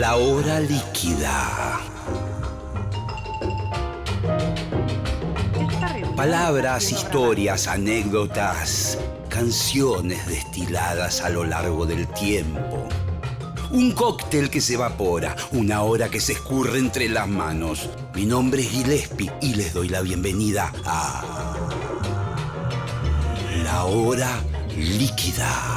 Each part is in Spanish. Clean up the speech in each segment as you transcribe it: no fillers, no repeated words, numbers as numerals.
La hora líquida. Palabras, historias, anécdotas, canciones destiladas a lo largo del tiempo. Un cóctel que se evapora, una hora que se escurre entre las manos. Mi nombre es Gillespie y les doy la bienvenida a La Hora Líquida.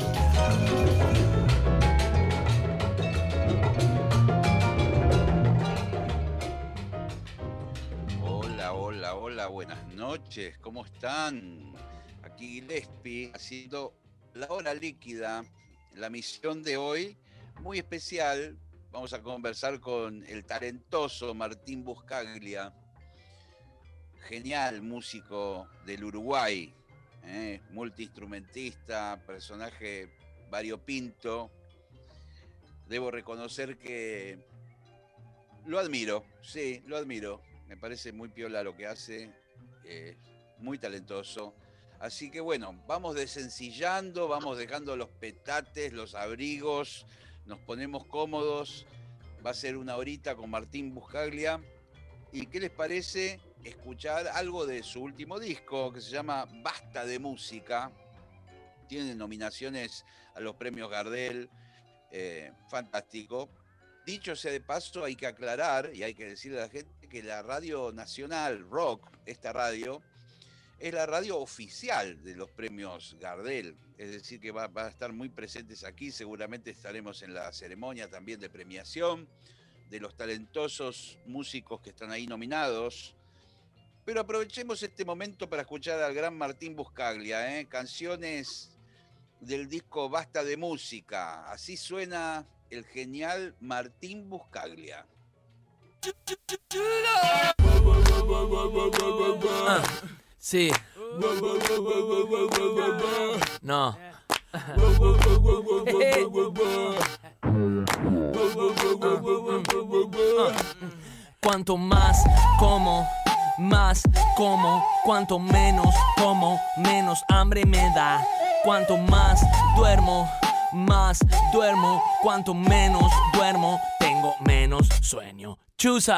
Hola, buenas noches, ¿cómo están? Aquí Gillespie haciendo La Hora Líquida, la misión de hoy muy especial. Vamos a conversar con el talentoso Martín Buscaglia, genial músico del Uruguay, multiinstrumentista, personaje variopinto. Debo reconocer que lo admiro, sí, lo admiro. Me parece muy piola lo que hace, muy talentoso. Así que bueno, vamos desencillando, vamos dejando los petates, los abrigos, nos ponemos cómodos. Va a ser una horita con Martín Buscaglia. ¿Y qué les parece escuchar algo de su último disco que se llama Basta de Música? Tiene nominaciones a los premios Gardel, fantástico. Dicho sea de paso, hay que aclarar y hay que decirle a la gente que la Radio Nacional Rock, esta radio, es la radio oficial de los premios Gardel. Es decir, que va a estar muy presentes aquí. Seguramente estaremos en la ceremonia también de premiación de los talentosos músicos que están ahí nominados. Pero aprovechemos este momento para escuchar al gran Martín Buscaglia, canciones del disco Basta de Música. Así suena el genial Martín Buscaglia. Sí. No. Cuanto más como, cuanto menos como, menos hambre me da. Cuanto más duermo, cuanto menos duermo, tengo menos sueño. Chusa.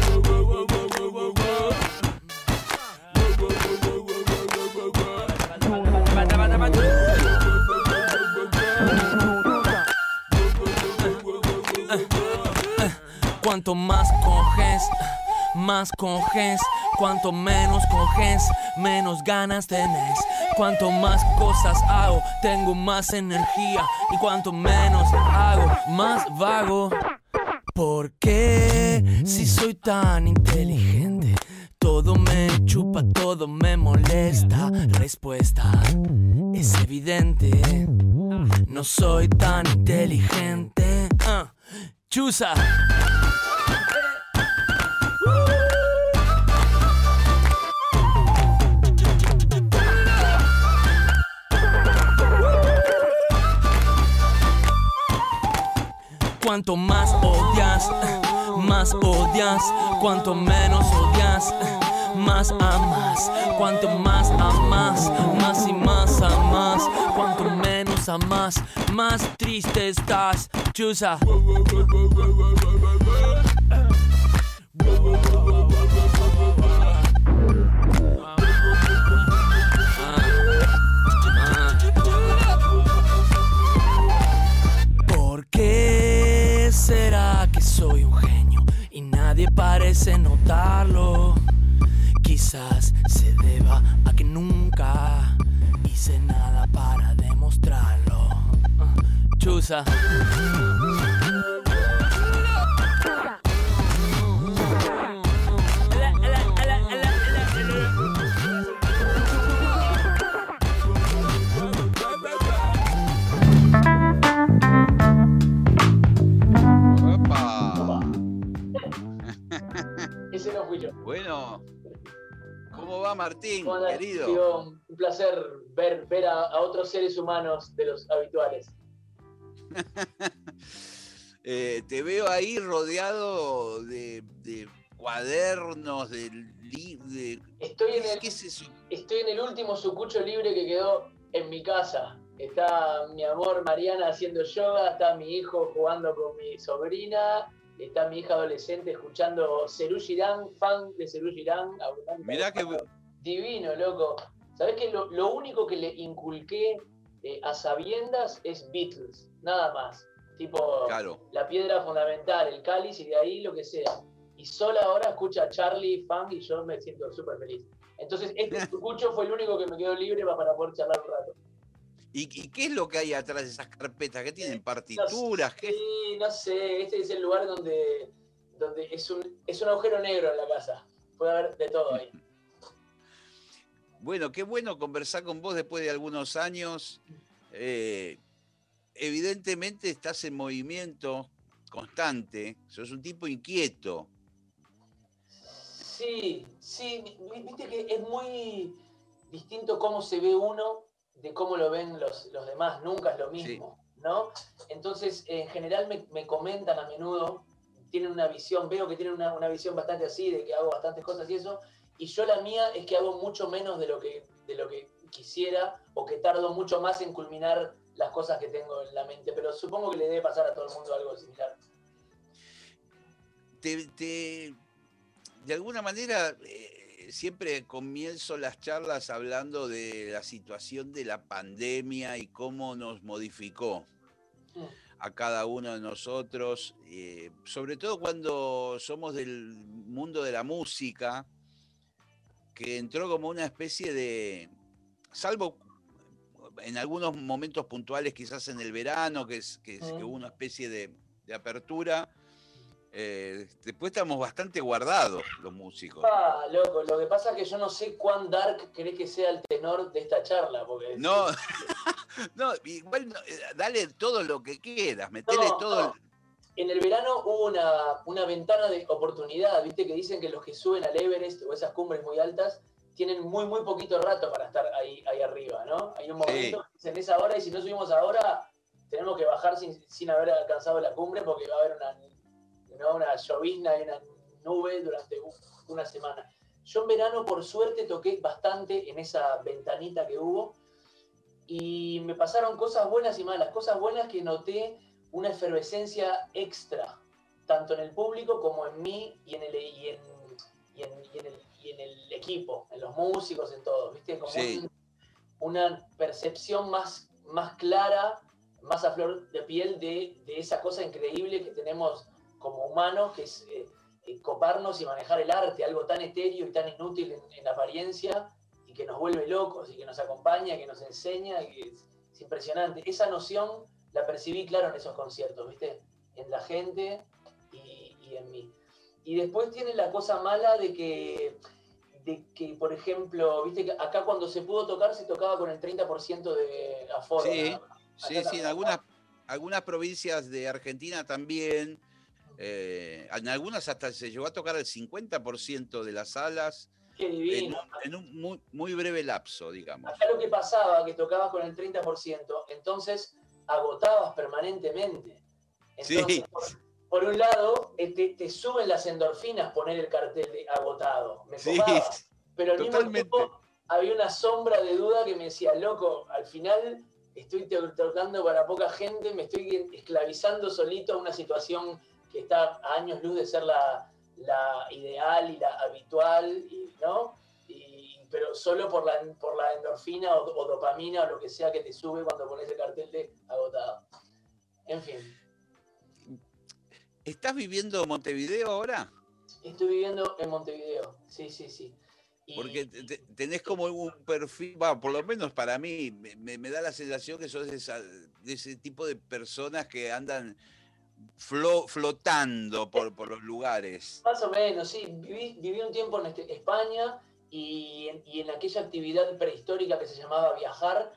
Cuanto más coges, cuanto menos coges, menos ganas tenés. Cuanto más cosas hago, tengo más energía. Y cuanto menos hago, más vago. ¿Por qué si soy tan inteligente? Todo me chupa, todo me molesta. Respuesta es evidente. No soy tan inteligente. Chusa. Cuanto más odias, cuanto menos odias, más amas. Cuanto más amas, más y más amas. Cuanto menos amas, más triste estás. Chusa. ¿Por qué será que soy un genio y nadie parece notarlo? Quizás se deba a que nunca hice nada para demostrarlo. Chusa. Ese no fui yo. Bueno, ¿cómo va Martín, Hola, querido? tío, un placer ver a otros seres humanos de los habituales. Te veo ahí rodeado de cuadernos, Estoy en ¿qué es eso? el último sucucho libre que quedó en mi casa. está mi amor Mariana haciendo yoga, está mi hijo jugando con mi sobrina, está mi hija adolescente escuchando Serú Girán, fan de Serú Girán. Mirá que... Divino, loco. ¿Sabés que lo único que le inculqué a sabiendas es Beatles? Nada más. Tipo, Claro. la piedra fundamental, el cáliz y de ahí lo que sea. Y solo ahora escucha a Charlie Funk y yo me siento súper feliz. Entonces, este escucho fue el único que me quedó libre para poder charlar un rato. ¿Y qué es lo que hay atrás de esas carpetas? ¿Qué tienen? ¿Partituras? ¿Qué? Sí, no sé. Este es el lugar donde es un agujero negro en la casa. Puede haber de todo ahí. Bueno, qué bueno conversar con vos después de algunos años. Evidentemente estás en movimiento constante. Sos un tipo inquieto. Sí, viste que es muy distinto cómo se ve uno de cómo lo ven los demás, nunca es lo mismo, sí. ¿No? Entonces, en general me comentan a menudo, tienen una visión, veo que tienen una visión bastante así, de que hago bastantes cosas y eso, y yo la mía es que hago mucho menos de lo que quisiera, o que tardo mucho más en culminar las cosas que tengo en la mente, pero supongo que le debe pasar a todo el mundo algo similar. De alguna manera, siempre comienzo las charlas hablando de la situación de la pandemia y cómo nos modificó a cada uno de nosotros, sobre todo cuando somos del mundo de la música, que entró como una especie de, salvo en algunos momentos puntuales, quizás en el verano, que hubo una especie de apertura. Después estamos bastante guardados los músicos. Loco, lo que pasa es que yo no sé cuán dark querés que sea el tenor de esta charla. Porque no, no, igual dale todo lo que quieras, metele todo. No. En el verano hubo una ventana de oportunidad, viste que dicen que los que suben al Everest o esas cumbres muy altas tienen muy, muy poquito rato para estar ahí arriba, ¿no? Hay un momento que en esa hora, y si no subimos ahora, tenemos que bajar sin haber alcanzado la cumbre, porque va a haber una llovizna y una nube durante una semana. Yo en verano, por suerte, toqué bastante en esa ventanita que hubo y me pasaron cosas buenas y malas. Cosas buenas que noté una efervescencia extra, tanto en el público como en mí y en el equipo, en los músicos, en todo, ¿viste? Como una percepción más clara, más a flor de piel de esa cosa increíble que tenemos como humanos, que es coparnos y manejar el arte, algo tan etéreo y tan inútil en apariencia, y que nos vuelve locos, y que nos acompaña, que nos enseña, y que es impresionante. Esa noción la percibí claro en esos conciertos, ¿viste? En la gente y en mí. Y después tiene la cosa mala de que, por ejemplo, ¿viste? Que acá cuando se pudo tocar, se tocaba con el 30% de aforo. Sí, en algunas provincias de Argentina también. En algunas hasta se llegó a tocar el 50% de las salas. Qué divino. En un muy breve lapso, digamos. Acá lo que pasaba, que tocabas con el 30%, entonces agotabas permanentemente. Entonces, por un lado, te suben las endorfinas poner el cartel de agotado. Me copaba. Pero al mismo tiempo había una sombra de duda que me decía, loco, al final estoy tocando para poca gente, me estoy esclavizando solito a una situación que está a años luz de ser la ideal y la habitual, ¿no? Pero solo por la endorfina o dopamina o lo que sea que te sube cuando pones el cartel de agotado. En fin. ¿Estás viviendo en Montevideo ahora? Estoy viviendo en Montevideo, sí. Porque tenés como un perfil, por lo menos para mí, me da la sensación que sos de ese tipo de personas que andan flotando por los lugares. Más o menos, sí. Viví un tiempo en España y en aquella actividad prehistórica que se llamaba viajar,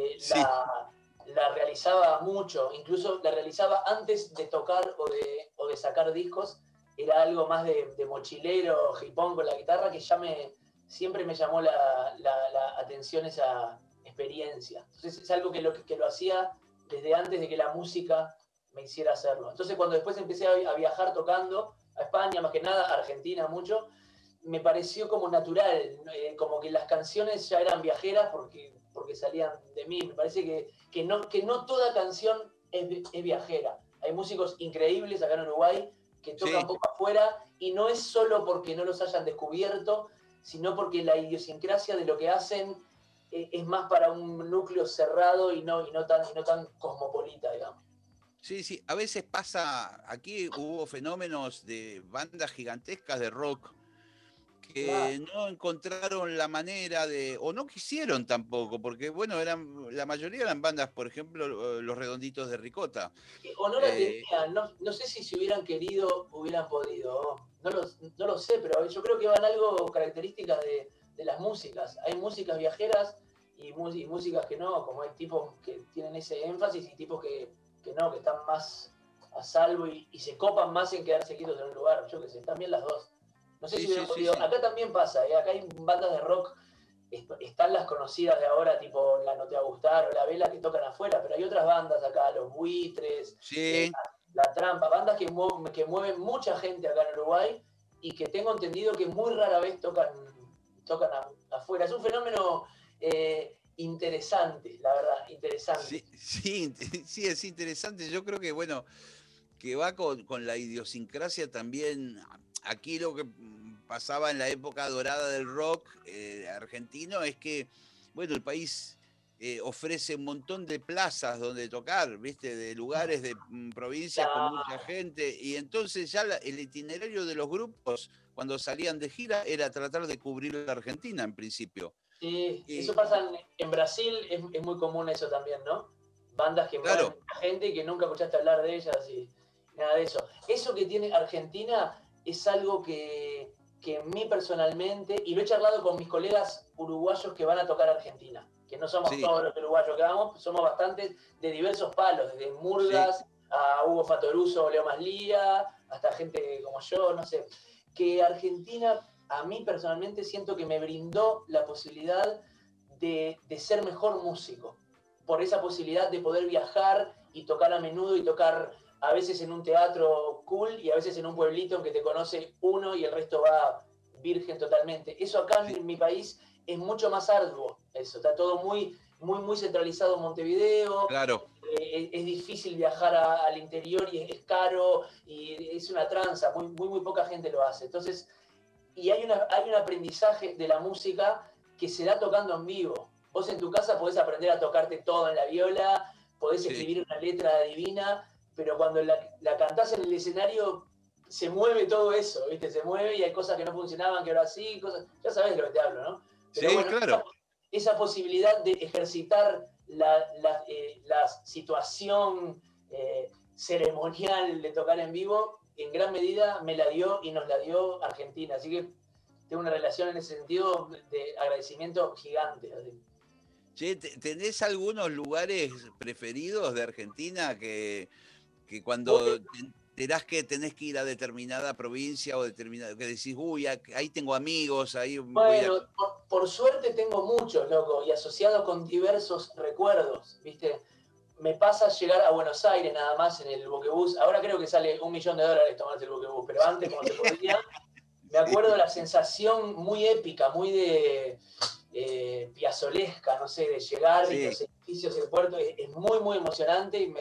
la realizaba mucho. Incluso la realizaba antes de tocar o de sacar discos. Era algo más de mochilero, hipón con la guitarra, que siempre me llamó la atención esa experiencia. Entonces es algo que lo hacía desde antes de que la música me hiciera hacerlo. Entonces cuando después empecé a viajar tocando a España, más que nada, a Argentina mucho, me pareció como natural, como que las canciones ya eran viajeras porque que salían de mí. Me parece que no toda canción es viajera. Hay músicos increíbles acá en Uruguay que tocan poco afuera, y no es solo porque no los hayan descubierto, sino porque la idiosincrasia de lo que hacen es más para un núcleo cerrado y no tan cosmopolita, digamos. Sí, sí, a veces pasa, aquí hubo fenómenos de bandas gigantescas de rock que no encontraron la manera de, o no quisieron tampoco, porque bueno, la mayoría eran bandas, por ejemplo, Los Redonditos de Ricota. O no la tenían, no sé si hubieran querido, hubieran podido, no lo sé, pero yo creo que van algo características de las músicas. Hay músicas viajeras y músicas que no, como hay tipos que tienen ese énfasis y tipos que no, que están más a salvo y se copan más en quedarse quietos en un lugar, yo qué sé, también las dos. No sé si hubieran podido. Sí. Acá también pasa, acá hay bandas de rock, están las conocidas de ahora, tipo La No Te Va a Gustar o La Vela, que tocan afuera, pero hay otras bandas acá, Los Buitres, la Trampa, bandas que mueven mucha gente acá en Uruguay y que tengo entendido que muy rara vez tocan afuera. Es un fenómeno interesante, la verdad, interesante. Sí, es interesante. Yo creo que, bueno, que va con la idiosincrasia también. Aquí lo que pasaba en la época dorada del rock argentino es que, bueno, el país ofrece un montón de plazas donde tocar, ¿viste? De lugares de provincias con mucha gente, y entonces ya el itinerario de los grupos cuando salían de gira era tratar de cubrir la Argentina en principio. Sí, eso pasa en Brasil, es muy común eso también, ¿no? Bandas que mueven gente y que nunca escuchaste hablar de ellas y nada de eso. Eso que tiene Argentina es algo que a mí personalmente, y lo he charlado con mis colegas uruguayos que van a tocar a Argentina, que no somos todos los uruguayos que vamos, somos bastantes de diversos palos, desde Murgas a Hugo Fatoruso, Leo Maslía, hasta gente como yo, no sé. Que Argentina, a mí personalmente, siento que me brindó la posibilidad de ser mejor músico, por esa posibilidad de poder viajar y tocar a menudo y tocar a veces en un teatro cool y a veces en un pueblito en que te conoce uno y el resto va virgen totalmente. Eso acá en mi país es mucho más arduo. Eso está todo muy centralizado en Montevideo. Claro. Es difícil viajar al interior y es caro y es una tranza. Muy poca gente lo hace. Entonces, y hay un aprendizaje de la música que se da tocando en vivo. Vos en tu casa podés aprender a tocarte todo en la viola, podés escribir una letra divina, pero cuando la cantás en el escenario se mueve todo eso, ¿viste? Se mueve y hay cosas que no funcionaban, que ahora sí, cosas... Ya sabés de lo que te hablo, ¿no? Pero bueno, claro. Esa posibilidad de ejercitar la situación ceremonial de tocar en vivo, en gran medida me la dio y nos la dio Argentina. Así que tengo una relación en ese sentido de agradecimiento gigante. Che, ¿tenés algunos lugares preferidos de Argentina que cuando te enterás que tenés que ir a determinada provincia o determinada, que decís, uy, ahí tengo amigos, ahí bueno, voy a... por suerte tengo muchos, loco, y asociados con diversos recuerdos, ¿viste? Me pasa llegar a Buenos Aires nada más en el buquebús. Ahora creo que sale $1 millón tomarse el buquebús, pero antes, como se podía, me acuerdo de la sensación muy épica, muy de piazolesca, no sé, de llegar y los edificios del puerto. Es muy emocionante y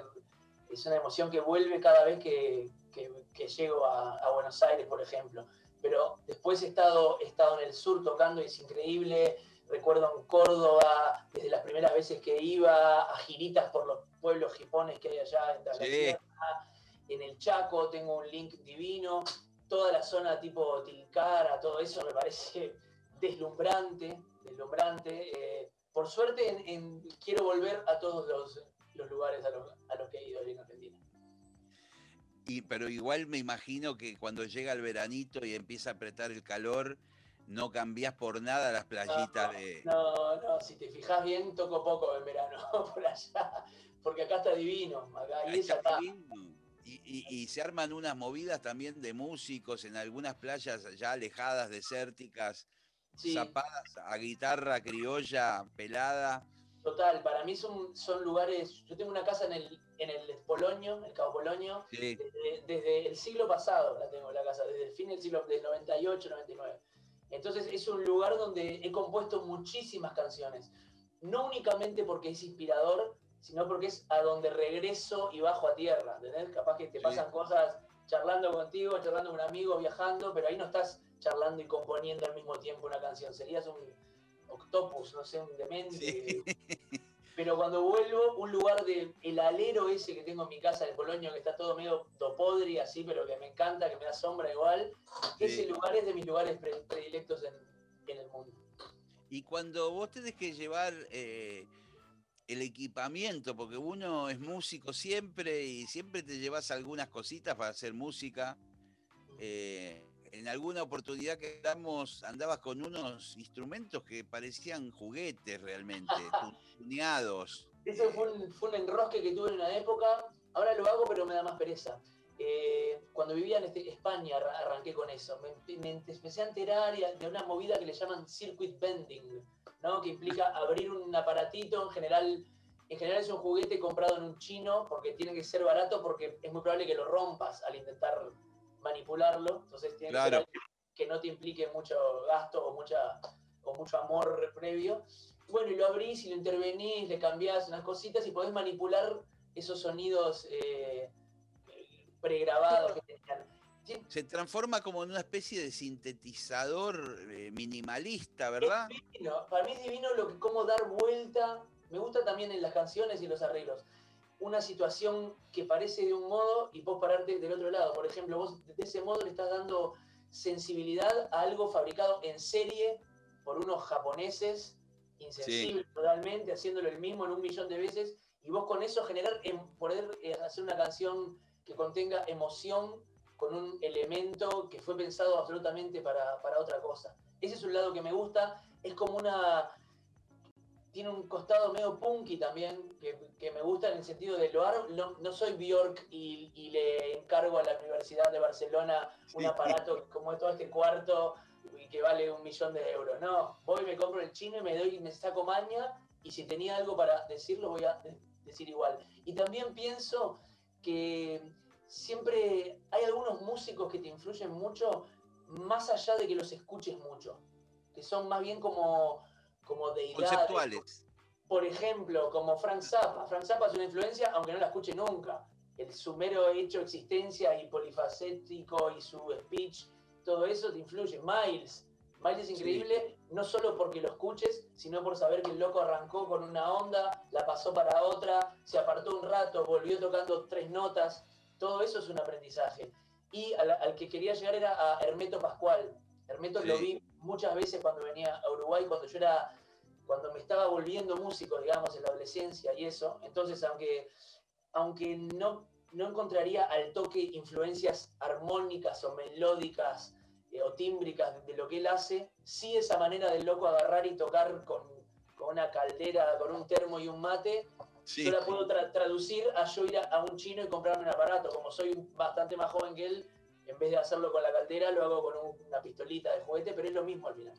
es una emoción que vuelve cada vez que llego a Buenos Aires, por ejemplo. Pero después he estado en el sur tocando y es increíble. Recuerdo en Córdoba, desde las primeras veces que iba a giritas por los pueblos jipones que hay allá en Tierra. En el Chaco tengo un link divino. Toda la zona tipo Tilcara, todo eso me parece deslumbrante. Por suerte quiero volver a todos los lugares a los que he ido en Argentina. Pero igual me imagino que cuando llega el veranito y empieza a apretar el calor, no cambiás por nada las playitas de... No, si te fijas bien, toco poco en verano por allá, porque acá está divino. Ahí está divino. Y se arman unas movidas también de músicos en algunas playas ya alejadas, desérticas, zapadas a guitarra criolla, pelada. Total, para mí son lugares... Yo tengo una casa en el Polonio, el Cabo Polonio, desde el siglo pasado la tengo la casa, desde el fin del siglo del 98, 99. Entonces es un lugar donde he compuesto muchísimas canciones. no únicamente porque es inspirador, sino porque es a donde regreso y bajo a tierra, ¿entendés? Capaz que te pasan cosas charlando contigo, charlando con un amigo, viajando, pero ahí no estás charlando y componiendo al mismo tiempo una canción, serías un octopus, no sé, un demente. Sí. Pero cuando vuelvo, un lugar el alero ese que tengo en mi casa de Polonio, que está todo medio topodri así, pero que me encanta, que me da sombra igual, Sí. ese lugar es de mis lugares predilectos en el mundo. Y cuando vos tenés que llevar el equipamiento, porque uno es músico siempre y siempre te llevas algunas cositas para hacer música. En alguna oportunidad que andabas con unos instrumentos que parecían juguetes realmente, tuneados. Ese fue un enrosque que tuve en una época. Ahora lo hago, pero me da más pereza. Cuando vivía en España arranqué con eso. Me empecé a enterar de una movida que le llaman circuit bending, ¿no? Que implica abrir un aparatito. En general es un juguete comprado en un chino porque tiene que ser barato porque es muy probable que lo rompas al intentar manipularlo. Entonces tiene que ser algo que no te implique mucho gasto o mucho amor previo. Bueno, y lo abrís y lo intervenís, le cambiás unas cositas y podés manipular esos sonidos pregrabados que tenían. Se transforma como en una especie de sintetizador minimalista, ¿verdad? Es divino. Para mí es divino cómo dar vuelta. Me gusta también en las canciones y los arreglos. Una situación que parece de un modo y vos pararte del otro lado. Por ejemplo, vos de ese modo le estás dando sensibilidad a algo fabricado en serie por unos japoneses insensibles totalmente, haciéndolo el mismo en 1.000.000 de veces, y vos con eso poder hacer una canción que contenga emoción con un elemento que fue pensado absolutamente para otra cosa. Ese es un lado que me gusta, es como tiene un costado medio punky también, que me gusta en el sentido de no soy Björk y le encargo a la Universidad de Barcelona un aparato como todo este cuarto y que vale 1.000.000 de euros. No, voy, me compro el chino y me saco maña, y si tenía algo para decirlo voy a decir igual. Y también pienso que siempre hay algunos músicos que te influyen mucho, más allá de que los escuches mucho, que son más bien como deidades. Conceptuales. Por ejemplo, como Frank Zappa. Frank Zappa es una influencia, aunque no la escuche nunca. Su mero hecho existencia y polifacético y su speech, todo eso te influye. Miles es increíble, no solo porque lo escuches, sino por saber que el loco arrancó con una onda, la pasó para otra, se apartó un rato, volvió tocando 3 notas. Todo eso es un aprendizaje. Y al que quería llegar era a Hermeto Pascual. Hermeto lo vi muchas veces cuando venía a Uruguay, cuando me estaba volviendo músico, digamos, en la adolescencia y eso. Entonces, aunque no encontraría al toque influencias armónicas o melódicas o tímbricas de lo que él hace, sí esa manera del loco agarrar y tocar con una caldera, con un termo y un mate, yo la puedo traducir a yo ir a un chino y comprarme un aparato. Como soy bastante más joven que él, en vez de hacerlo con la caldera, lo hago con una pistolita de juguete, pero es lo mismo al final.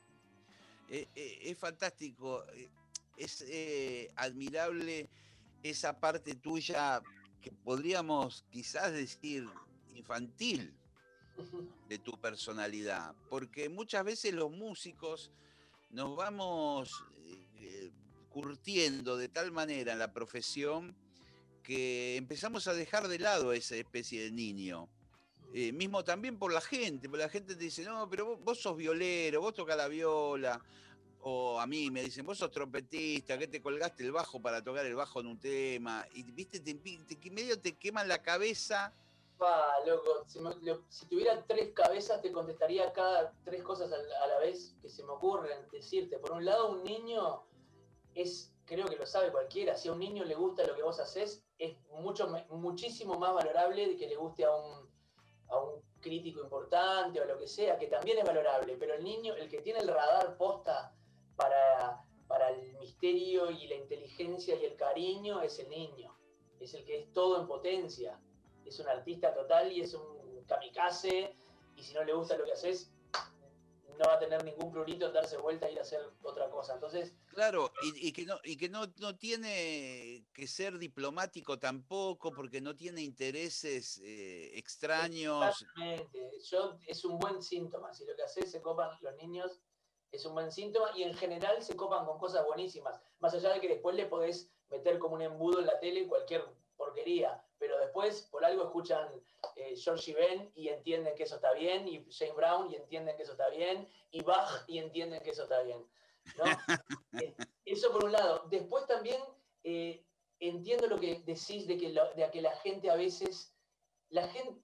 Es fantástico, es admirable esa parte tuya que podríamos quizás decir infantil de tu personalidad, porque muchas veces los músicos nos vamos curtiendo de tal manera en la profesión que empezamos a dejar de lado esa especie de niño. Mismo también por la gente te dice, no, pero vos sos violero, vos tocás la viola, o a mí me dicen, vos sos trompetista, que te colgaste el bajo para tocar el bajo en un tema, y viste, medio te queman la cabeza. Loco, si tuviera 3 cabezas te contestaría cada 3 cosas a la vez que se me ocurren decirte. Por un lado, un niño creo que lo sabe cualquiera, si a un niño le gusta lo que vos hacés, es muchísimo más valorable de que le guste a un crítico importante o lo que sea, que también es valorable, pero el niño, el que tiene el radar posta para el misterio y la inteligencia y el cariño, es el niño, es el que es todo en potencia, es un artista total y es un kamikaze, y si no le gusta lo que haces, no va a tener ningún prurito en darse vuelta y ir a hacer otra cosa. Entonces, claro, y que no tiene que ser diplomático tampoco, porque no tiene intereses extraños. Exactamente. Es un buen síntoma. Si lo que haces se copan los niños, Es un buen síntoma y en general se copan con cosas buenísimas. Más allá de que después le podés meter como un embudo en la tele cualquier porquería, pero después por algo escuchan George Ben y entienden que eso está bien, y James Brown y entienden que eso está bien, y Bach y entienden que eso está bien, ¿no? Eso por un lado. Después también entiendo lo que decís de que la gente a veces, la gente,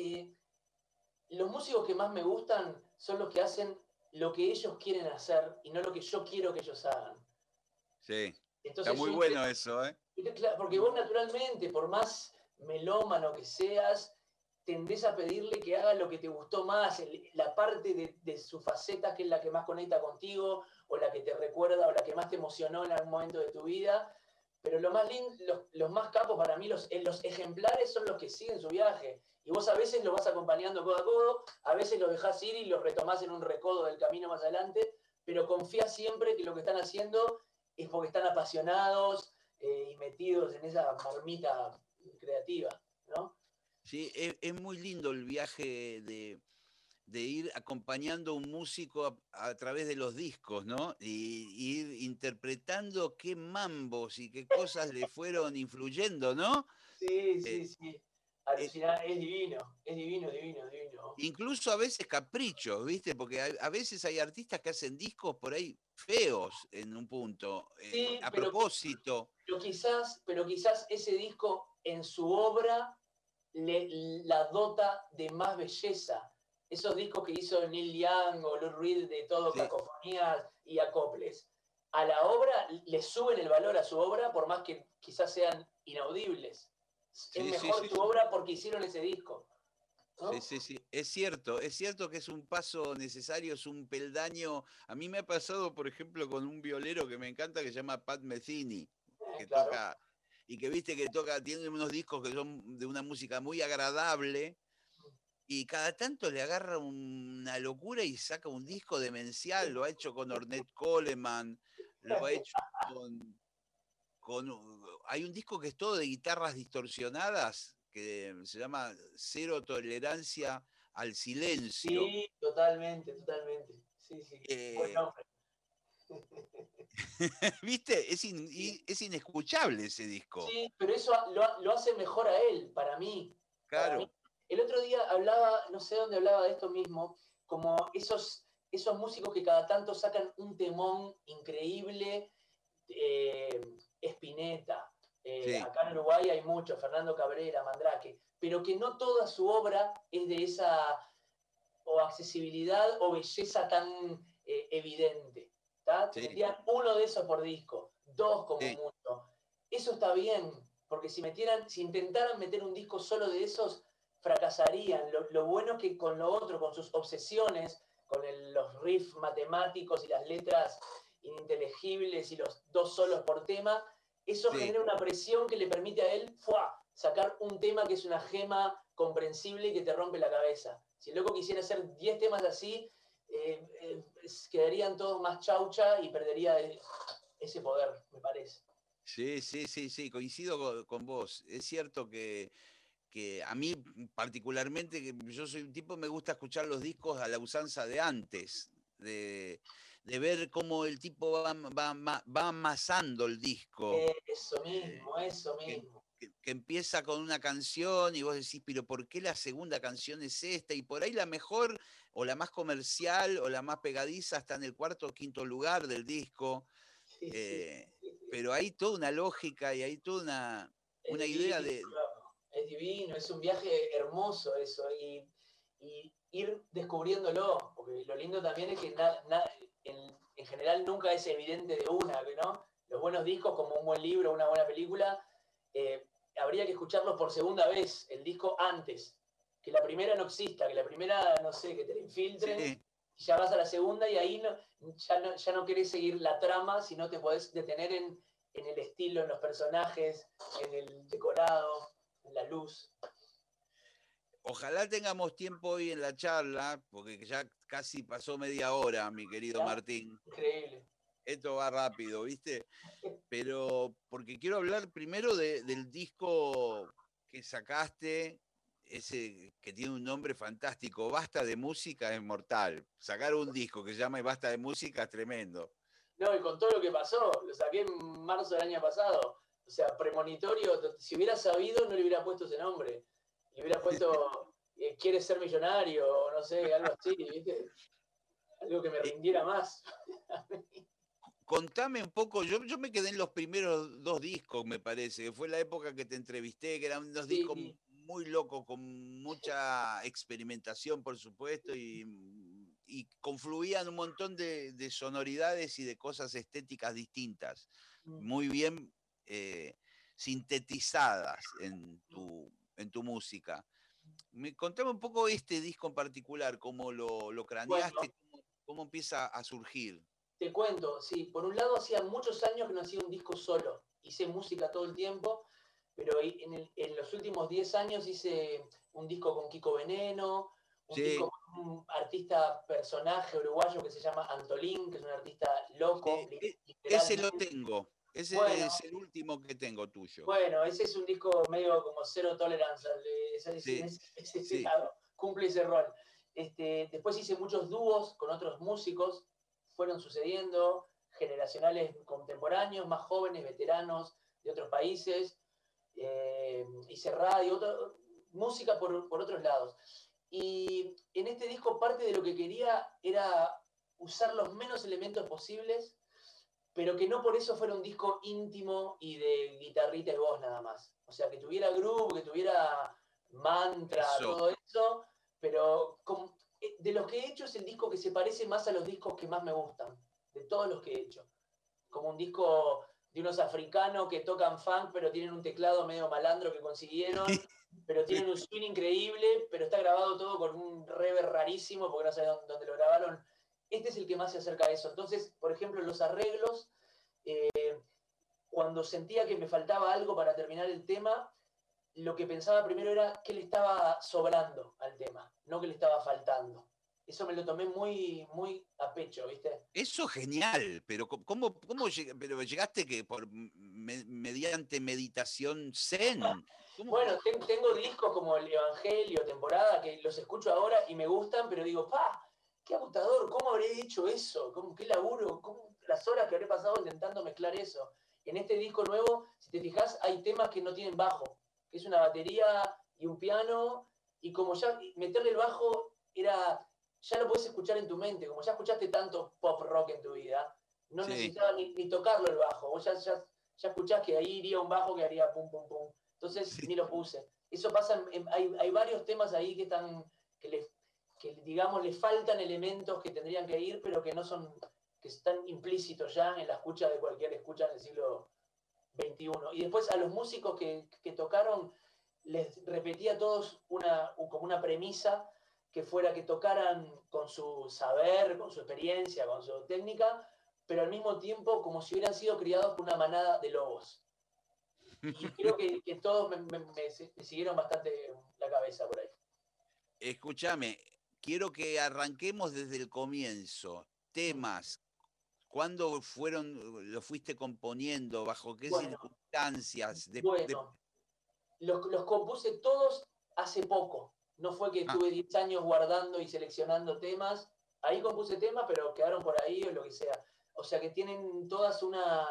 los músicos que más me gustan son los que hacen lo que ellos quieren hacer y no lo que yo quiero que ellos hagan. Sí, entonces, está muy bueno eso, ¿eh? Porque vos naturalmente, por más melómano que seas, tendés a pedirle que haga lo que te gustó más, la parte de su faceta que es la que más conecta contigo, o la que te recuerda, o la que más te emocionó en algún momento de tu vida. Pero lo más lindo, los más capos para mí, los ejemplares son los que siguen su viaje. Y vos a veces lo vas acompañando codo a codo, a veces lo dejás ir y lo retomás en un recodo del camino más adelante, pero confía siempre que lo que están haciendo es porque están apasionados y metidos en esa marmita creativa, ¿no? Sí, es muy lindo el viaje de ir acompañando a un músico a través de los discos, ¿no? Y ir interpretando qué mambos y qué cosas le fueron influyendo, ¿no? Sí, Eh, sí, sí. eh, Alucinar, es divino, es divino, divino, divino. Incluso a veces caprichos, ¿viste? Porque a veces hay artistas que hacen discos por ahí feos en un punto, Sí, a propósito. pero quizás ese disco en su obra la dota de más belleza. Esos discos que hizo Neil Young o Lou Reed de todo Sí, cacofonías y acoples, a la obra le suben el valor a su obra por más que quizás sean inaudibles. Es sí, sí, mejor sí, su sí. obra porque hicieron ese disco, Sí, ¿no? sí, sí, es cierto que es un paso necesario, es un peldaño. A mí me ha pasado, por ejemplo, con un violero que me encanta que se llama Pat Metheny, que Claro. toca, y que viste que toca, tiene unos discos que son de una música muy agradable, y cada tanto le agarra una locura y saca un disco demencial, lo ha hecho con Ornette Coleman, lo ha hecho con hay un disco que es todo de guitarras distorsionadas, que se llama Cero Tolerancia al Silencio. Sí, totalmente, totalmente. Sí, sí. Buen Eh, nombre. ¿Viste? Sí. Es inescuchable ese disco. Sí, pero eso lo hace mejor a él, para mí. Para mí. Claro. El otro día hablaba, no sé dónde hablaba de esto mismo, como esos músicos que cada tanto sacan un temón increíble, Spinetta, Sí, acá en Uruguay hay muchos, Fernando Cabrera, Mandrake, pero que no toda su obra es de esa o accesibilidad o belleza tan evidente. Te sí, metían uno de esos por disco, dos como sí, mucho. Eso está bien, porque si intentaran meter un disco solo de esos, fracasarían. Lo bueno es que con lo otro, con sus obsesiones, con los riffs matemáticos y las letras ininteligibles y los dos solos por tema, eso sí. genera una presión que le permite a él sacar un tema que es una gema comprensible y que te rompe la cabeza. Si el loco quisiera hacer 10 temas así, quedarían todos más chaucha y perdería ese poder, me parece. Sí, sí, sí, sí, coincido con vos. Es cierto que a mí particularmente, que yo soy un tipo, me gusta escuchar los discos a la usanza de antes, de ver cómo el tipo va amasando el disco. Eso eh, mismo, eso que, mismo. que empieza con una canción y vos decís, pero ¿por qué la segunda canción es esta? Y por ahí la mejor o la más comercial o la más pegadiza está en el cuarto o quinto lugar del disco. Sí, sí, eh, sí, sí. pero hay toda una lógica y hay toda Es una idea divino, de... es divino, es un viaje hermoso eso. Y ir descubriéndolo, porque lo lindo también es que en general nunca es evidente de una, ¿no? Los buenos discos, como un buen libro, una buena película, habría que escucharlos por segunda vez, el disco antes, que la primera no exista, que la primera, no sé, que te la infiltren, Sí, y ya vas a la segunda y ahí ya no querés seguir la trama, sino te podés detener en el estilo, en los personajes, en el decorado, en la luz. ojalá tengamos tiempo hoy en la charla, porque ya casi pasó media hora, mi querido ¿Ya? Martín. Increíble. Esto va rápido, ¿viste? Pero porque quiero hablar primero del disco que sacaste, ese que tiene un nombre fantástico, Basta de Música, es mortal. Sacar un disco que se llama Basta de Música es tremendo. No, y con todo lo que pasó, lo saqué en marzo del año pasado. O sea, premonitorio, si hubiera sabido, no le hubiera puesto ese nombre. Le hubiera puesto ¿Quieres ser millonario? O no sé, algo así, ¿viste? Algo que me rindiera más. Contame un poco, yo me quedé en los primeros 2 discos, me parece, que fue la época que te entrevisté, que eran unos discos Sí, muy locos, con mucha experimentación, por supuesto, y confluían un montón de sonoridades y de cosas estéticas distintas, muy bien sintetizadas en tu música. Contame un poco este disco en particular, cómo lo craneaste, bueno, cómo empieza a surgir. te cuento, sí, por un lado hacía muchos años que no hacía un disco solo. Hice música todo el tiempo, pero en los últimos 10 años hice un disco con Kiko Veneno, un disco Sí, con un artista personaje uruguayo que se llama Antolín, que es un artista loco, ese lo literalmente. tengo. Ese Bueno, es el último que tengo tuyo. bueno, ese es un disco medio como cero tolerancia, Sí, ese sí. lado, cumple ese rol. Después hice muchos dúos con otros músicos, fueron sucediendo, generacionales contemporáneos, más jóvenes, veteranos de otros países, hice radio, música por otros lados. Y en este disco parte de lo que quería era usar los menos elementos posibles, pero que no por eso fuera un disco íntimo y de guitarrita y voz nada más. O sea, que tuviera groove, que tuviera mantra, Eso. todo eso, pero de los que he hecho es el disco que se parece más a los discos que más me gustan, de todos los que he hecho. Como un disco de unos africanos que tocan funk, pero tienen un teclado medio malandro que consiguieron, pero tienen un swing increíble, pero está grabado todo con un reverb rarísimo, porque no sé dónde lo grabaron. Este es el que más se acerca a eso. Entonces, por ejemplo, los arreglos, cuando sentía que me faltaba algo para terminar el tema, lo que pensaba primero era qué le estaba sobrando al tema, no qué le estaba faltando. Eso me lo tomé muy, muy a pecho, ¿viste? Eso es genial, pero pero llegaste que mediante meditación zen. ¿Cómo? Bueno, tengo discos como el Evangelio, temporada, que los escucho ahora y me gustan, pero digo, ¡pa! ¡Qué agotador! ¿Cómo habré hecho eso? ¿Qué laburo? Las horas que habré pasado intentando mezclar eso? En este disco nuevo, si te fijas, hay temas que no tienen bajo, que es una batería y un piano, y como ya meterle el bajo era, ya lo puedes escuchar en tu mente, como ya escuchaste tanto pop rock en tu vida, no Sí. necesitaba ni tocarlo el bajo, vos ya escuchás que ahí iría un bajo que haría pum, pum, pum. Entonces Sí. ni lo puse. Eso pasa, hay varios temas ahí que digamos le faltan elementos que tendrían que ir, pero que no son, que están implícitos ya en la escucha de cualquier escucha en el siglo XXI. Y después a los músicos que tocaron les repetía a todos como una premisa que fuera que tocaran con su saber, con su experiencia, con su técnica, pero al mismo tiempo como si hubieran sido criados por una manada de lobos. Y creo que todos me siguieron bastante la cabeza por ahí. Escúchame, quiero que arranquemos desde el comienzo. Temas, ¿cuándo lo fuiste componiendo? ¿Bajo qué Bueno, circunstancias? bueno, los compuse todos hace poco. No fue que Ah, estuve 10 años guardando y seleccionando temas. Ahí compuse temas, pero quedaron por ahí o lo que sea. O sea que tienen todas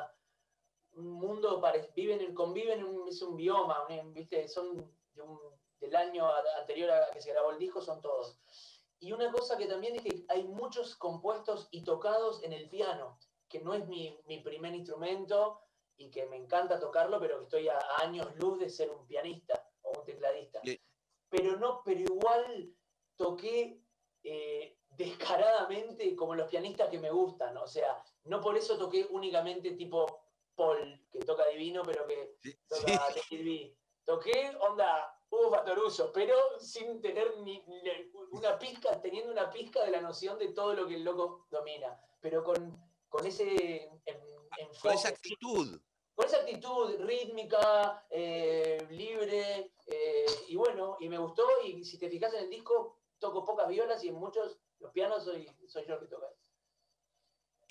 un mundo, conviven, es un bioma, ¿viste? Son del año anterior a que se grabó el disco, son todos. Y una cosa que también es que hay muchos compuestos y tocados en el piano, que no es mi primer instrumento y que me encanta tocarlo, pero que estoy a años luz de ser un pianista o un tecladista. eh, Pero igual toqué descaradamente como los pianistas que me gustan. O sea, no por eso toqué únicamente tipo Paul, que toca divino, pero que sí, toca sí. David B. Toqué onda Hugo Fatoruso, pero sin tener una pizca, teniendo una pizca de la noción de todo lo que el loco domina, pero con ese Con esa enfoque, actitud. con esa actitud rítmica, libre, y bueno, y me gustó, y si te fijas en el disco, toco pocas violas y en muchos los pianos soy yo el que toca.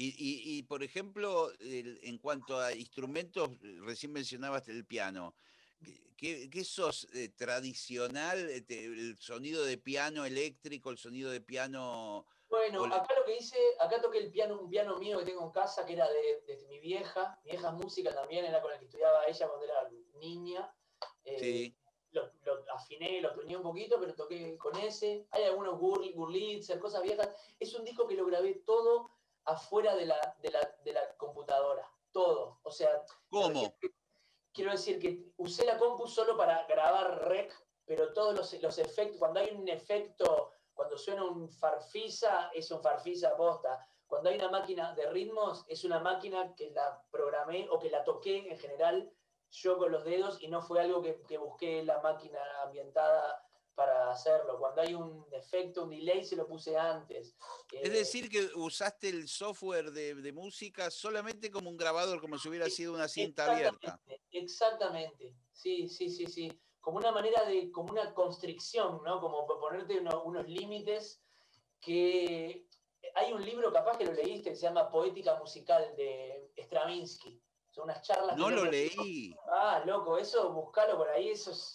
Por ejemplo, en cuanto a instrumentos, recién mencionabas el piano. ¿Qué sos tradicional? ¿El sonido de piano eléctrico, el sonido de piano? Bueno, acá lo que hice, acá toqué el piano, un piano mío que tengo en casa, que era de mi vieja. Mi vieja es música también, era con la que estudiaba ella cuando era niña. Sí. Lo afiné, lo tuneé un poquito, pero toqué con ese. Hay algunos Gurlitzer, cosas viejas. Es un disco que lo grabé todo afuera de la computadora. Todo. O sea, ¿Cómo? quiero decir que usé la compu solo para grabar rec, pero todos los efectos, cuando hay un efecto, cuando suena un farfisa, es un farfisa posta. Cuando hay una máquina de ritmos, es una máquina que la programé o que la toqué en general yo con los dedos y no fue algo que busqué la máquina ambientada para hacerlo. Cuando hay un efecto, un delay, se lo puse antes. Es decir, que usaste el software de música solamente como un grabador, como si hubiera sido una cinta abierta. Exactamente. Sí, sí, sí, sí. Como una manera de, como una constricción, ¿no? Como ponerte unos límites que... Hay un libro, capaz que lo leíste, que se llama Poética Musical de Stravinsky. Son unas charlas No que lo loco. leí. Ah, loco, eso, buscalo por ahí,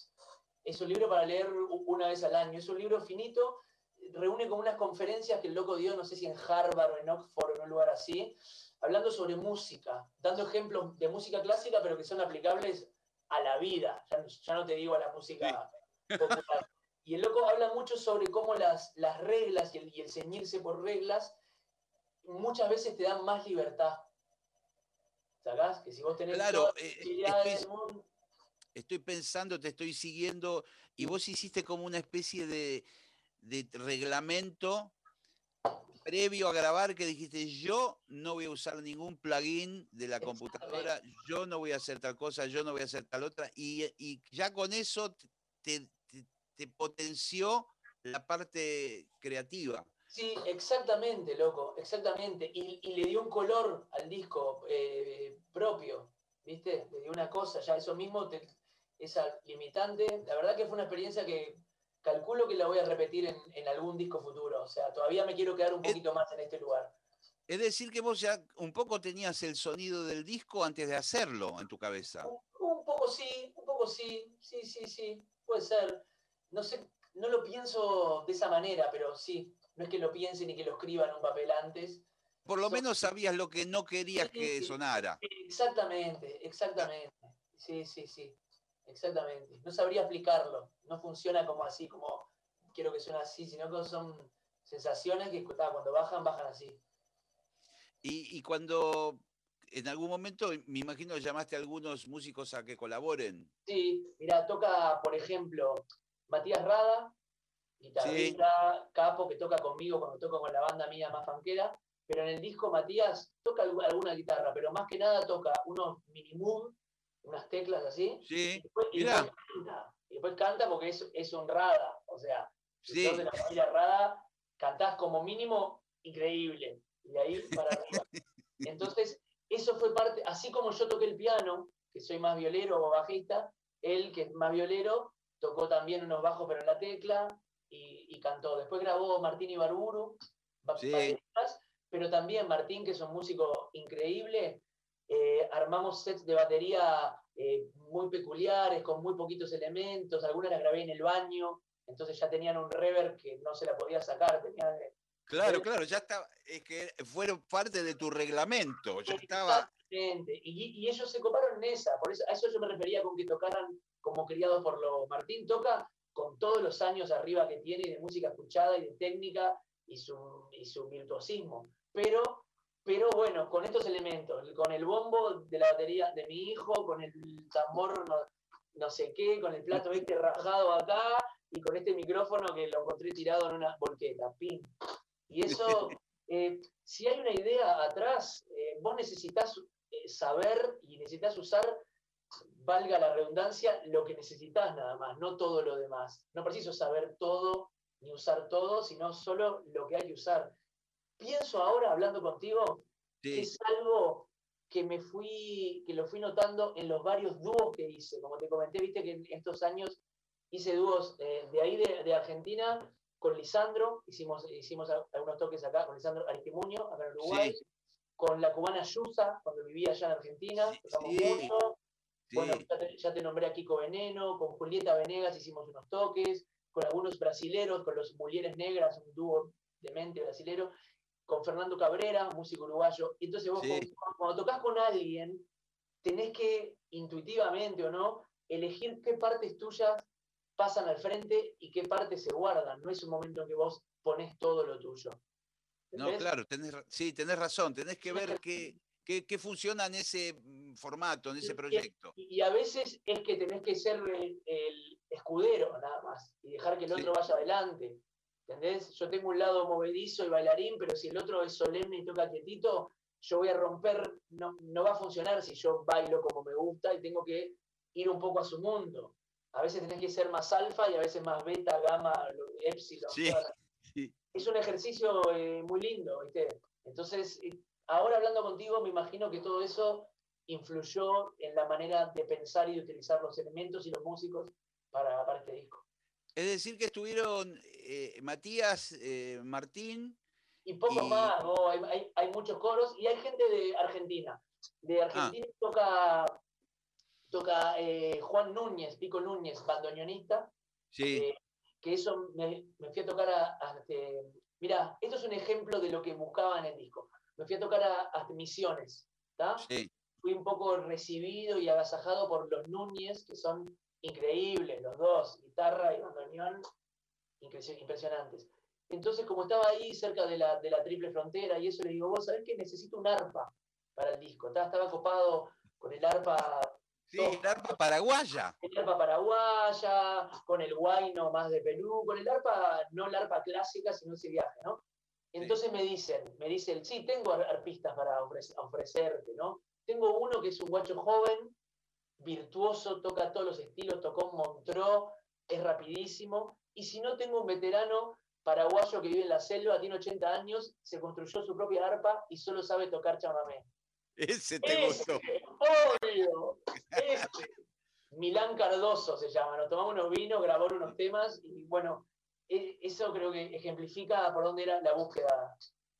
es un libro para leer una vez al año. Es un libro finito, reúne como unas conferencias que el loco dio, no sé si en Harvard o en Oxford o en un lugar así, hablando sobre música, dando ejemplos de música clásica, pero que son aplicables a la vida. Ya no te digo a la música popular. Y el loco habla mucho sobre cómo las reglas y el ceñirse por reglas muchas veces te dan más libertad. ¿Sacás? Que si vos tenés todas Claro, las posibilidades del mundo. estoy pensando, te estoy siguiendo, y vos hiciste como una especie de reglamento previo a grabar que dijiste, yo no voy a usar ningún plugin de la computadora, yo no voy a hacer tal cosa, yo no voy a hacer tal otra, y ya con eso te potenció la parte creativa. Sí, exactamente, loco, exactamente. Y le dio un color al disco propio, ¿viste? Le dio una cosa, ya eso mismo, esa limitante. La verdad que fue una experiencia que calculo que la voy a repetir en algún disco futuro. O sea, todavía me quiero quedar un Es, poquito más en este lugar. es decir, que vos ya un poco tenías el sonido del disco antes de hacerlo en tu cabeza. Un poco sí, sí, sí, sí, puede ser. No sé, no lo pienso de esa manera, pero sí. No es que lo piense ni que lo escriba en un papel antes. Por lo menos sabías lo que no querías que Sí, sonara. exactamente, exactamente. Sí, sí, sí, exactamente. No sabría explicarlo. No funciona como así, como quiero que suene así, sino que son sensaciones que cuando bajan, bajan así. Y cuando en algún momento, me imagino, llamaste a algunos músicos a que colaboren. Sí, mira, toca, por ejemplo, Matías Rada, Sí, guitarrista, capo, que toca conmigo cuando toco con la banda mía más fanquera, pero en el disco Matías toca alguna guitarra, pero más que nada toca unos mini moog, unas teclas así, sí, y después mirá, canta. Y después canta porque es un Rada, o sea, si sos de sí. la familia Rada, cantás como mínimo increíble, y de ahí para arriba. Entonces, eso fue parte, así como yo toqué el piano, que soy más violero o bajista, él, que es más violero, tocó también unos bajos pero en la tecla y cantó. Después grabó Martín Ibarburu, Sí, bateristas, pero también Martín, que es un músico increíble, armamos sets de batería muy peculiares, con muy poquitos elementos, algunas las grabé en el baño, entonces ya tenían un reverb que no se la podía sacar, tenían, claro, claro, ya estaba, es que fueron parte de tu reglamento, ya estaba. exactamente. Y ellos se coparon en esa, por eso, a eso yo me refería con que tocaran como criados por lo. Martín toca con todos los años arriba que tiene de música escuchada y de técnica y su virtuosismo. Pero bueno, con estos elementos, con el bombo de la batería de mi hijo, con el tambor no sé qué, con el plato este rajado acá y con este micrófono que lo encontré tirado en una volqueta, pin. Y eso, si hay una idea atrás, vos necesitas saber y necesitas usar, valga la redundancia, lo que necesitas nada más, no todo lo demás. No preciso saber todo ni usar todo, sino solo lo que hay que usar. Pienso ahora, hablando contigo, que Sí, es algo que lo fui notando en los varios dúos que hice. Como te comenté, viste que en estos años hice dúos de ahí de Argentina con Lisandro, hicimos algunos toques acá con Lisandro Aristimuño, acá en Uruguay, sí, con la cubana Yusa, cuando vivía allá en Argentina, sí, tocamos sí. mucho, Bueno, Sí, ya te nombré a Kiko Veneno, con Julieta Venegas hicimos unos toques, con algunos brasileros, con los Mulieres Negras, un dúo de mente brasilero, con Fernando Cabrera, músico uruguayo. Entonces vos sí. cuando tocas con alguien, tenés que, intuitivamente o no, elegir qué partes tuyas pasan al frente y qué partes se guardan. No es un momento en que vos pones todo lo tuyo. No, ¿Entendés? claro, sí, tenés razón. Tenés Es que un ver ejercicio. qué funciona en ese formato, en ese Y, proyecto. y a veces es que tenés que ser el escudero nada más y dejar que el otro Sí, vaya adelante. ¿Entendés? Yo tengo un lado movedizo y bailarín, pero si el otro es solemne y toca quietito, yo voy a romper, no va a funcionar si yo bailo como me gusta y tengo que ir un poco a su mundo. A veces tenés que ser más alfa y a veces más beta, gamma, epsilon. sí, sí. Es un ejercicio muy lindo, ¿viste? Entonces, ahora hablando contigo, me imagino que todo eso influyó en la manera de pensar y de utilizar los elementos y los músicos para este disco. Es decir, que estuvieron Matías, Martín Y pocos y. más, ¿no? Hay muchos coros y hay gente de Argentina. De Ah, Argentina toca Juan Núñez, Pico Núñez, bandoneonista, sí, eh, que eso me fui a tocar mirá, esto es un ejemplo de lo que buscaba en el disco. Me fui a tocar a Misiones, ¿está? sí, Fui un poco recibido y agasajado por los Núñez, que son increíbles, los dos, guitarra y bandoneón, impresionantes. Entonces, como estaba ahí cerca de la triple frontera y eso, le digo, vos sabés que necesito un arpa para el disco. Estaba copado con el arpa sí, el tosca, arpa paraguaya. el arpa paraguaya, con el guayno más de Perú, con el arpa, no la arpa clásica, sino ese viaje, ¿no? Sí, Entonces me dicen, sí, tengo arpistas para ofrecerte, ¿no? Tengo uno que es un guacho joven, virtuoso, toca todos los estilos, tocó un Montreux, es rapidísimo, y si no, tengo un veterano paraguayo que vive en la selva, tiene 80 años, se construyó su propia arpa y solo sabe tocar chamamé. ese te ¡Ese! gustó. ¡Obvio! ¡Ese! Milán Cardoso se llama, nos tomamos unos vinos, grabó unos temas y bueno, eso creo que ejemplifica por dónde era la búsqueda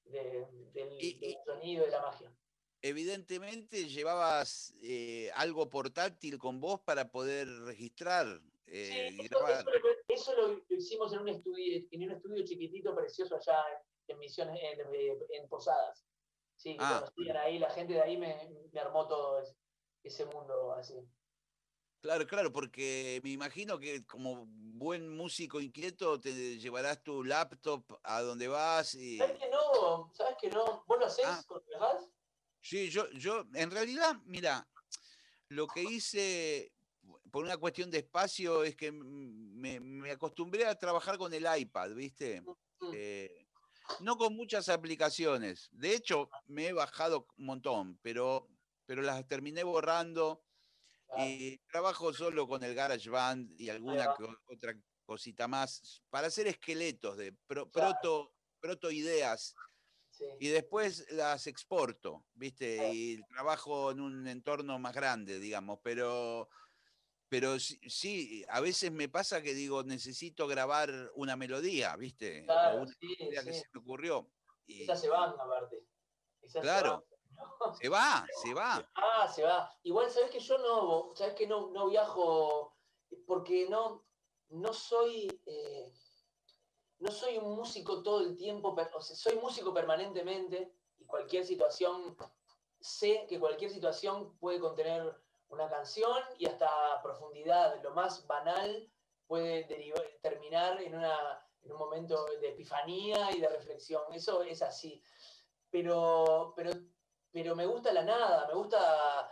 del Y sonido, de la magia. evidentemente llevabas algo portátil con vos para poder registrar Sí, y eso, grabar. eso lo hicimos en un estudio chiquitito, precioso allá en Misiones, en Posadas. Sí, que Ah, conocían ahí, la gente de ahí me armó todo ese mundo así. claro, claro, porque me imagino que como buen músico inquieto te llevarás tu laptop a donde vas ¿Sabes y. que no? ¿Sabes que no? ¿Vos lo Ah, hacés cuando viajás? sí, yo, en realidad, mira, lo que hice por una cuestión de espacio es que me acostumbré a trabajar con el iPad, ¿viste? Mm, Eh, no con muchas aplicaciones. De hecho, me he bajado un montón, pero las terminé borrando claro, y trabajo solo con el GarageBand y ahí alguna va, otra cosita más para hacer esqueletos de claro, proto ideas sí. y después las exporto, ¿viste? Y trabajo en un entorno más grande, digamos, pero sí, sí, a veces me pasa que digo, necesito grabar una melodía, ¿viste? O Claro, una sí, idea que sí. se me ocurrió. Esa se Y van, aparte. Esa se van. claro, se va, se va. Se va. Igual, ¿sabes que yo no, sabes que no viajo porque no soy, no soy un músico todo el tiempo, o sea, soy músico permanentemente y cualquier situación, sé que cualquier situación puede contener una canción y hasta profundidad. Lo más banal puede terminar en un momento de epifanía y de reflexión. Eso es así. Pero, pero, pero me gusta la nada, me gusta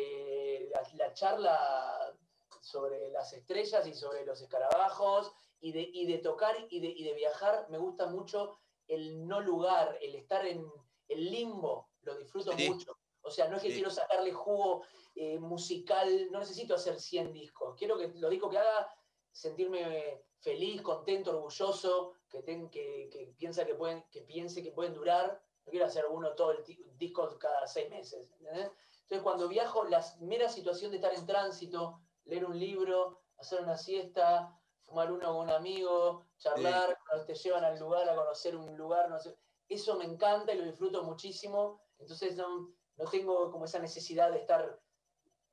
la charla sobre las estrellas y sobre los escarabajos y de tocar y de viajar. Me gusta mucho el no lugar, el estar en el limbo, lo disfruto Sí, mucho. O sea, no es que sí, quiero sacarle jugo musical, no necesito hacer 100 discos. Quiero que los discos que haga, sentirme feliz, contento, orgulloso, que piense que pueden durar. No quiero hacer uno todo el disco cada 6 meses. ¿Entendés? Entonces, cuando viajo, la mera situación de estar en tránsito, leer un libro, hacer una siesta, fumar uno con un amigo, sí. charlar, cuando te llevan al lugar a conocer un lugar, no sé, eso me encanta y lo disfruto muchísimo. Entonces, no tengo como esa necesidad de estar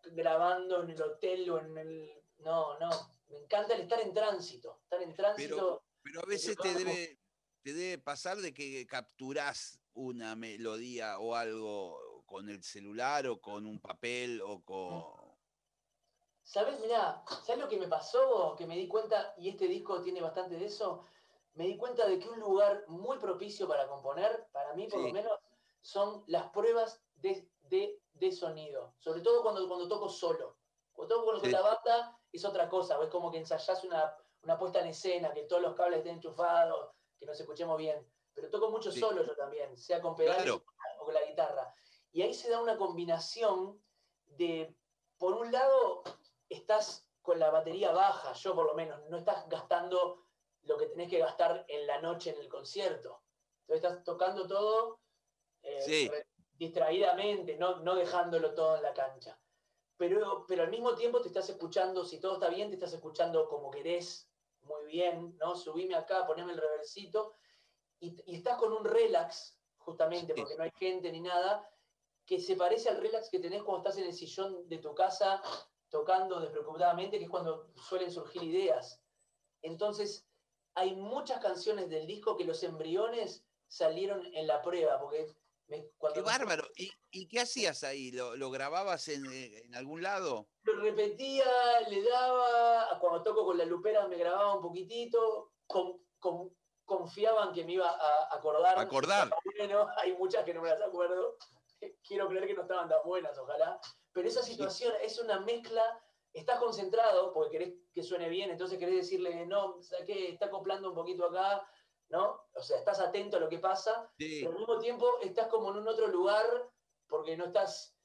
grabando en el hotel o en el... No, no. Me encanta el estar en tránsito. Estar en tránsito. Pero a veces te debe pasar de que capturás una melodía o algo con el celular o con un papel o con... ¿Sabes? Mirá, ¿sabes lo que me pasó? Que me di cuenta, y este disco tiene bastante de eso, me di cuenta de que un lugar muy propicio para componer, para mí por lo Sí, menos, son las pruebas de sonido. Sobre todo cuando toco solo. Cuando toco con sí, la banda es otra cosa, es como que ensayás una puesta en escena, que todos los cables estén enchufados, que nos escuchemos bien. Pero toco mucho sí. solo yo también, sea con pedales Claro, o con la guitarra. Y ahí se da una combinación de, por un lado, estás con la batería baja, yo por lo menos, no estás gastando lo que tenés que gastar en la noche en el concierto. Entonces estás tocando todo sí, distraídamente, no dejándolo todo en la cancha. Pero al mismo tiempo te estás escuchando, si todo está bien, te estás escuchando como querés, muy bien, ¿no? Subime acá, poneme el reversito, y estás con un relax, justamente sí. porque no hay gente ni nada, que se parece al relax que tenés cuando estás en el sillón de tu casa tocando despreocupadamente, que es cuando suelen surgir ideas. Entonces, hay muchas canciones del disco que los embriones salieron en la prueba, porque Qué cuando me fui, bárbaro. Y qué hacías ahí? ¿Lo grababas en algún lado? lo repetía, le daba, cuando toco con la lupera me grababa un poquitito, confiaban que me iba a acordar si Acordar. estaba bueno, hay muchas que no me las acuerdo, quiero creer que no estaban tan buenas, ojalá, pero esa Sí, situación es una mezcla, estás concentrado porque querés que suene bien, entonces querés decirle, no, ¿sabes qué? Está acoplando un poquito acá, ¿no? O sea, estás atento a lo que pasa, pero sí. al mismo tiempo estás como en un otro lugar porque no estás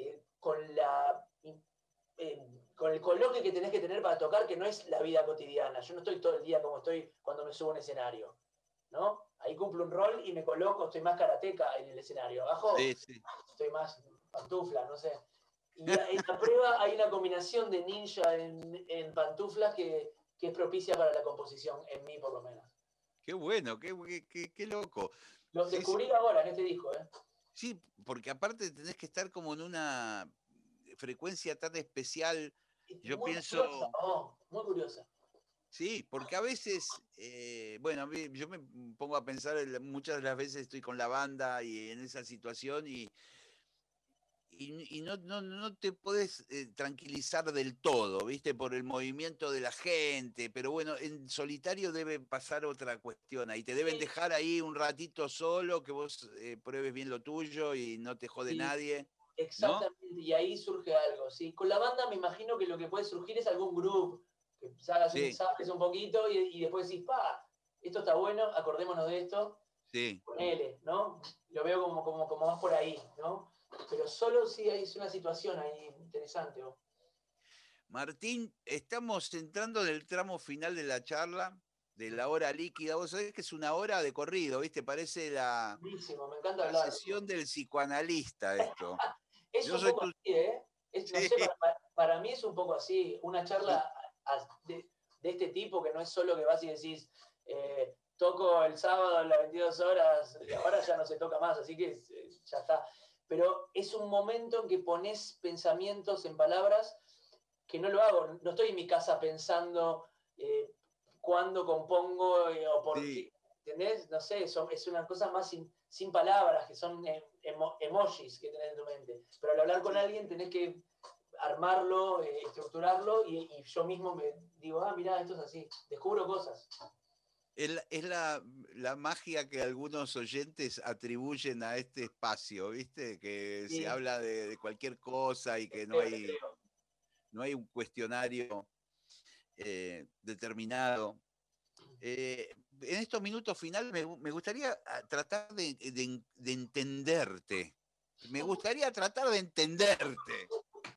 con el coloquio que tenés que tener para tocar, que no es la vida cotidiana. Yo no estoy todo el día como estoy cuando me subo a un escenario, ¿no? Ahí cumplo un rol y me coloco, estoy más karateca en el escenario. Abajo Sí, sí. estoy más pantufla, no sé. Y en la prueba hay una combinación de ninja en pantuflas que es propicia para la composición, en mí por lo menos. Qué bueno, qué loco. Lo Sí, sí, descubrí ahora en este disco, ¿eh? sí, porque aparte tenés que estar como en una frecuencia tan especial. Yo Muy curiosa, pienso, oh, muy curiosa. sí, porque a veces, bueno, yo me pongo a pensar, muchas de las veces estoy con la banda y en esa situación y no te podés tranquilizar del todo, ¿viste? Por el movimiento de la gente, pero bueno, en solitario debe pasar otra cuestión ahí, te deben Sí, dejar ahí un ratito solo, que vos pruebes bien lo tuyo y no te jode sí. nadie, ¿no? Exactamente, y ahí surge algo, ¿sí? Con la banda me imagino que lo que puede surgir es algún grupo, que Sí, sabes un poquito y después decís, pa, esto está bueno, acordémonos de esto, sí. ponele, ¿no? Lo veo como más por ahí, ¿no? Pero solo sí hay una situación ahí interesante, ¿no? Martín, estamos entrando en el tramo final de la charla, de la hora líquida. Vos sabés que es una hora de corrido, ¿viste? Parece Buenísimo, me encanta la hablar. sesión del psicoanalista esto. Es Yo un soy poco tu... así, ¿eh? No Sí, sé, para mí es un poco así, una y, charla de este tipo que no es solo que vas y decís, toco el sábado a las 22 horas, y ahora ya no se toca más, así que ya está. Pero es un momento en que pones pensamientos en palabras que no lo hago, no estoy en mi casa pensando cuándo compongo o por sí. qué, ¿entendés? No sé, es una cosa más sin palabras, que son emojis que tenés en tu mente. Pero al hablar con Sí. alguien tenés que armarlo, estructurarlo y yo mismo me digo, ah, mirá, esto es así, descubro cosas. Es la magia que algunos oyentes atribuyen a este espacio, ¿viste? Que se Sí, habla de cualquier cosa y te que creo, te creo. no hay un cuestionario determinado. En estos minutos finales me gustaría tratar de entenderte. Me gustaría tratar de entenderte.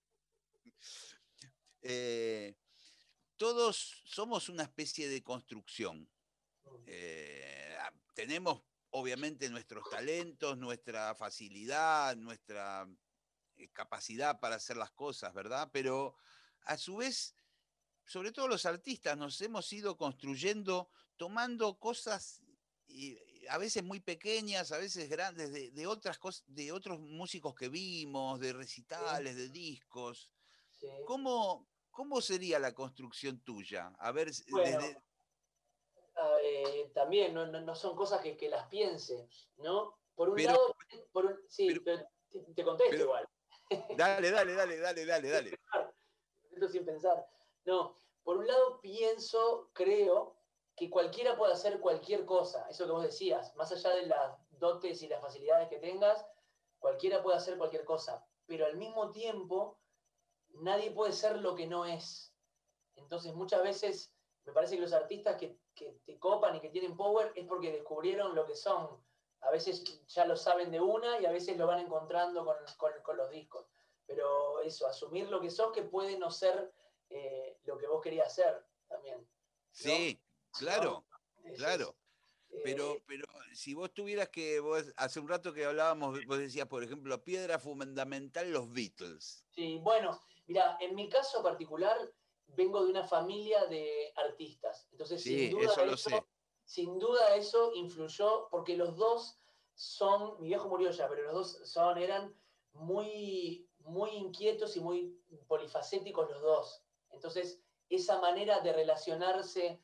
Eh, todos somos una especie de construcción. Tenemos obviamente nuestros talentos, nuestra facilidad, nuestra capacidad para hacer las cosas, ¿verdad? Pero a su vez, sobre todo los artistas, nos hemos ido construyendo tomando cosas a veces muy pequeñas, a veces grandes, de otras cosas, de otros músicos que vimos, de Sí, recitales, de discos. Sí. ¿Cómo sería la construcción tuya? A ver, Bueno, también no son cosas que las piense, ¿no? Por un pero, lado, sí, pero, pero te contesto pero, igual. dale. Esto sin pensar. No, por un lado creo que cualquiera puede hacer cualquier cosa, eso que vos decías, más allá de las dotes y las facilidades que tengas, cualquiera puede hacer cualquier cosa, pero al mismo tiempo nadie puede ser lo que no es. Entonces muchas veces me parece que los artistas que te copan y que tienen power es porque descubrieron lo que son. A veces ya lo saben de una y a veces lo van encontrando con los discos. Pero eso, asumir lo que sos, que puede no ser lo que vos querías hacer también. ¿No? sí, ¿No? claro, Eso es. claro. Pero si vos tuvieras hace un rato que hablábamos, vos decías, por ejemplo, piedra fundamental, los Beatles. Sí, bueno, mira, en mi caso particular vengo de una familia de artistas, entonces Sí, eso lo sé. sin duda eso influyó, porque los dos son, mi viejo murió ya, pero los dos eran muy, muy inquietos y muy polifacéticos los dos. Entonces, esa manera de relacionarse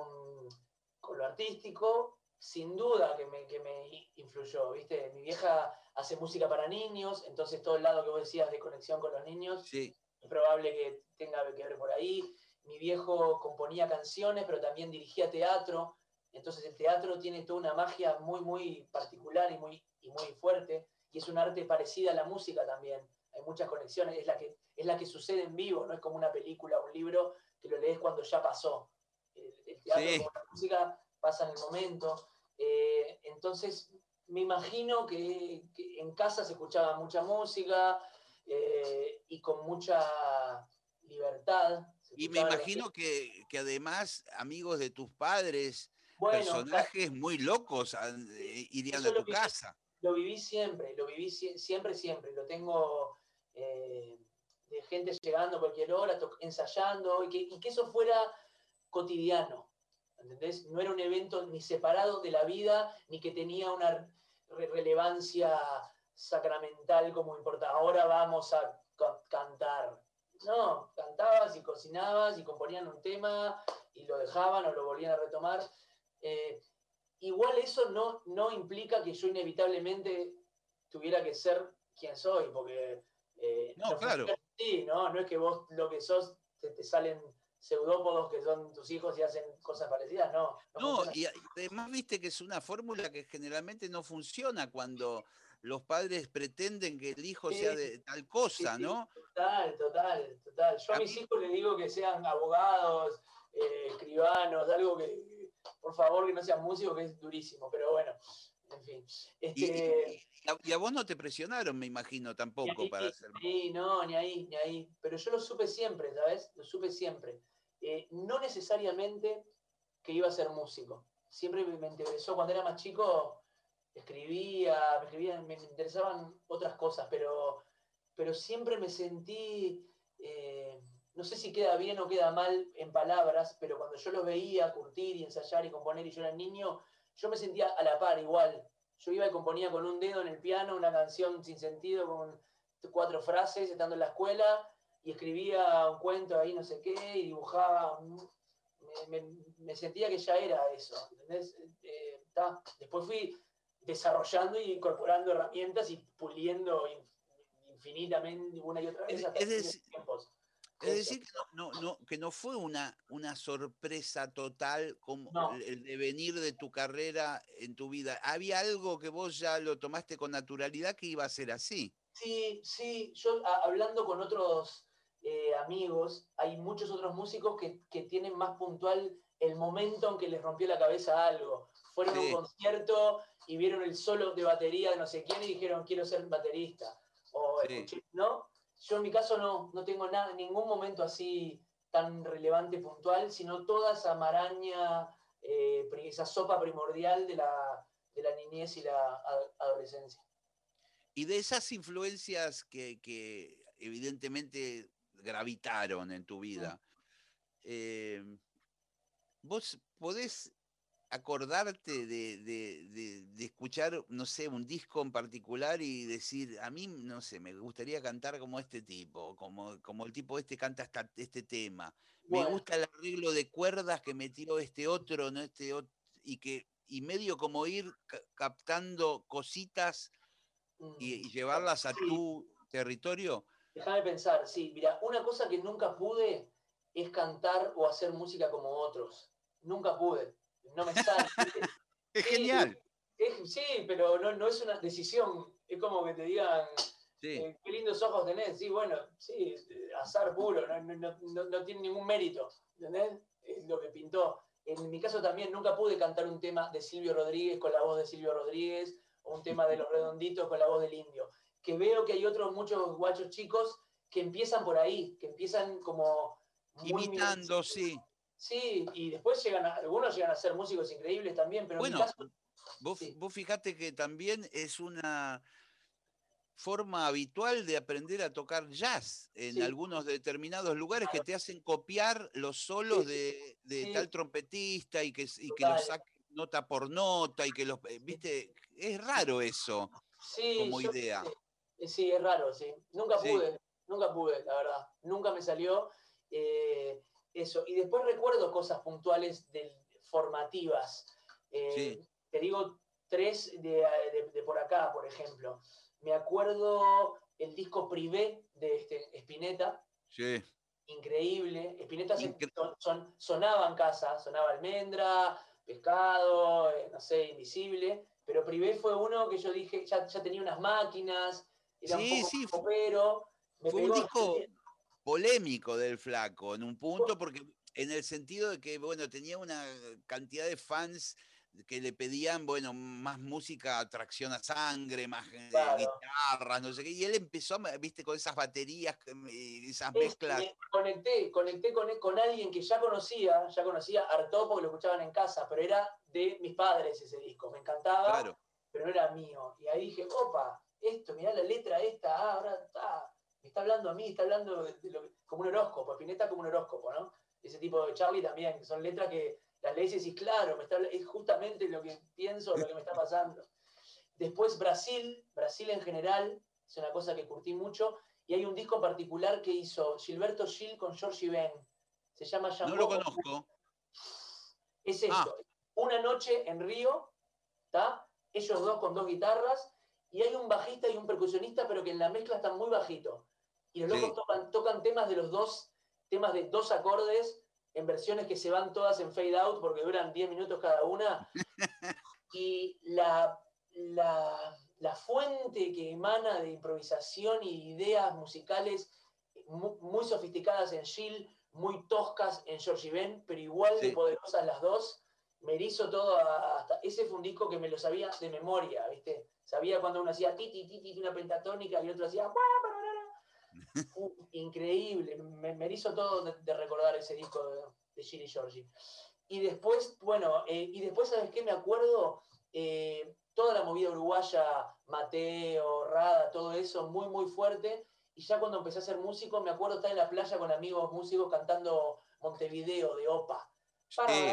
con lo artístico, sin duda que me influyó, ¿viste? Mi vieja hace música para niños, entonces todo el lado que vos decías de conexión con los niños, Sí, es probable que tenga que ver por ahí. Mi viejo componía canciones, pero también dirigía teatro, entonces el teatro tiene toda una magia muy, muy particular y muy fuerte, y es un arte parecida a la música también. Hay muchas conexiones, es la que sucede en vivo, no es como una película o un libro que lo lees cuando ya pasó. El teatro, sí. como la música, pasa en el momento. Entonces, me imagino que en casa se escuchaba mucha música y con mucha libertad. Se Y me escuchaba lo que... imagino que además amigos de tus padres, Bueno, personajes muy locos, irían eso a tu casa. lo viví siempre, siempre, siempre. Lo tengo de gente llegando a cualquier hora, ensayando, y que eso fuera cotidiano. ¿Entendés? No era un evento ni separado de la vida, ni que tenía una relevancia sacramental como importa. Ahora vamos a cantar. No, cantabas y cocinabas y componían un tema y lo dejaban o lo volvían a retomar. Eh, Igual eso no implica que yo inevitablemente tuviera que ser quien soy, porque No, no claro. funciona así, ¿no? No es que vos lo que sos te salen pseudópodos que son tus hijos y hacen cosas parecidas, no No, funciona así. y además viste que es una fórmula que generalmente no funciona cuando los padres pretenden que el hijo sea Sí, de tal sí, cosa, sí, ¿no? total. Yo a A mis mí, hijos les digo que sean abogados, escribanos, algo por favor, que no sean músicos, que es durísimo, pero bueno, en fin. y a vos no te presionaron, me imagino, Ni tampoco ahí, para hacer. no, ni ahí, ni ahí. Pero yo lo supe siempre, ¿sabes? Lo supe siempre. No necesariamente que iba a ser músico. Siempre me interesó, cuando era más chico, me interesaban otras cosas, pero siempre me sentí, no sé si queda bien o queda mal en palabras, pero cuando yo lo veía curtir y ensayar y componer y yo era niño, yo me sentía a la par igual. Yo iba y componía con un dedo en el piano una canción sin sentido, con 4 frases, estando en la escuela, y escribía un cuento ahí, no sé qué, y dibujaba. Me sentía que ya era eso, ¿entendés? Después fui desarrollando y incorporando herramientas y puliendo infinitamente una y otra vez Es, hasta es que tiene dec- tiempos. es Eso. decir, que no fue una sorpresa total como No, el devenir de tu carrera en tu vida. ¿Había algo que vos ya lo tomaste con naturalidad que iba a ser así? sí, sí, yo hablando con otros amigos, hay muchos otros músicos que tienen más puntual el momento en que les rompió la cabeza algo. Fueron a un Sí, concierto y vieron el solo de batería de no sé quién y dijeron, quiero ser baterista. O sí. escuché, ¿no? Yo en mi caso no tengo nada, ningún momento así tan relevante puntual, sino toda esa maraña, esa sopa primordial de la niñez y la adolescencia. Y de esas influencias que evidentemente gravitaron en tu Mm. vida, vos podés acordarte de escuchar, no sé, un disco en particular y decir, a mí, no sé, me gustaría cantar como este tipo, como el tipo este canta este tema. Me Bueno, gusta el arreglo de cuerdas que metió este otro, no este otro, y medio como ir captando cositas y llevarlas a sí, tu territorio. déjame pensar, sí, mira, una cosa que nunca pude es cantar o hacer música como otros. Nunca pude, no me sale, ¿viste? Es Sí, genial. sí, pero no es una decisión. Es como que te digan, Sí. qué lindos ojos tenés. Sí, bueno, sí, azar puro, no tiene ningún mérito. ¿Entendés? Es lo que pintó. En mi caso también nunca pude cantar un tema de Silvio Rodríguez con la voz de Silvio Rodríguez o un tema de Los Redonditos con la voz del Indio. Que veo que hay otros muchos guachos chicos que empiezan por ahí, que empiezan como muy Imitando, sí. sí, y después algunos llegan a ser músicos increíbles también, pero en mi Bueno, caso, sí, vos fijate que también es una forma habitual de aprender a tocar jazz en sí, algunos determinados lugares que te hacen copiar los sí, solos de sí, tal trompetista y que los total. saque nota por nota y que los, viste, es raro eso Sí, como yo, idea. sí, es raro, sí. Sí, Nunca pude, la verdad. Nunca me salió eh, eso. Y después recuerdo cosas puntuales formativas. sí, Te digo tres de por acá, por ejemplo. Me acuerdo el disco Privé de Spinetta, sí. increíble. Spinetta Incre- sonaba en casa, sonaba Almendra, Pescado, no sé, Invisible, pero Privé fue uno que yo dije, ya tenía unas máquinas, era un sí, poco sí, popero, me fue un pegó disco polémico del Flaco en un punto, porque en el sentido de que, bueno, tenía una cantidad de fans que le pedían, bueno, más música, tracción a sangre, más claro. guitarras, no sé qué, y él empezó, viste, con esas baterías, esas mezclas. Me conecté con alguien que ya conocía Artaud porque lo escuchaban en casa, pero era de mis padres ese disco, me encantaba, Claro, pero no era mío. Y ahí dije, opa, esto, mirá la letra esta, ahora está, me está hablando a mí, está hablando como un horóscopo, Spinetta como un horóscopo, ¿no? Ese tipo de Charlie también, que son letras que las lees y decís, claro, es justamente lo que pienso, lo que me está pasando. Después Brasil en general, es una cosa que curtí mucho, y hay un disco en particular que hizo Gilberto Gil con Georgie Ben, se llama no lo Jambó. conozco. Es Ah, esto, una noche en Río, ¿está? Ellos dos con dos guitarras, y hay un bajista y un percusionista, pero que en la mezcla están muy bajitos. Y los locos sí, tocan temas de los dos, temas de dos acordes, en versiones que se van todas en fade out porque duran 10 minutos cada una, y la fuente que emana de improvisación y ideas musicales muy sofisticadas en Gil, muy toscas en Georgie Ben, pero igual de sí. poderosas las dos, me hizo todo hasta... Ese fue un disco que me lo sabía de memoria, ¿viste? Sabía cuando uno hacía ti, ti, ti, ti, una pentatónica y el otro hacía... Increíble, me hizo todo de recordar ese disco de Gil y Georgie. Y después, bueno, y después, ¿sabes qué? Me acuerdo toda la movida uruguaya, Mateo, Rada, todo eso, muy, muy fuerte. Y ya cuando empecé a ser músico, me acuerdo estar en la playa con amigos músicos cantando Montevideo de OPA. Sí,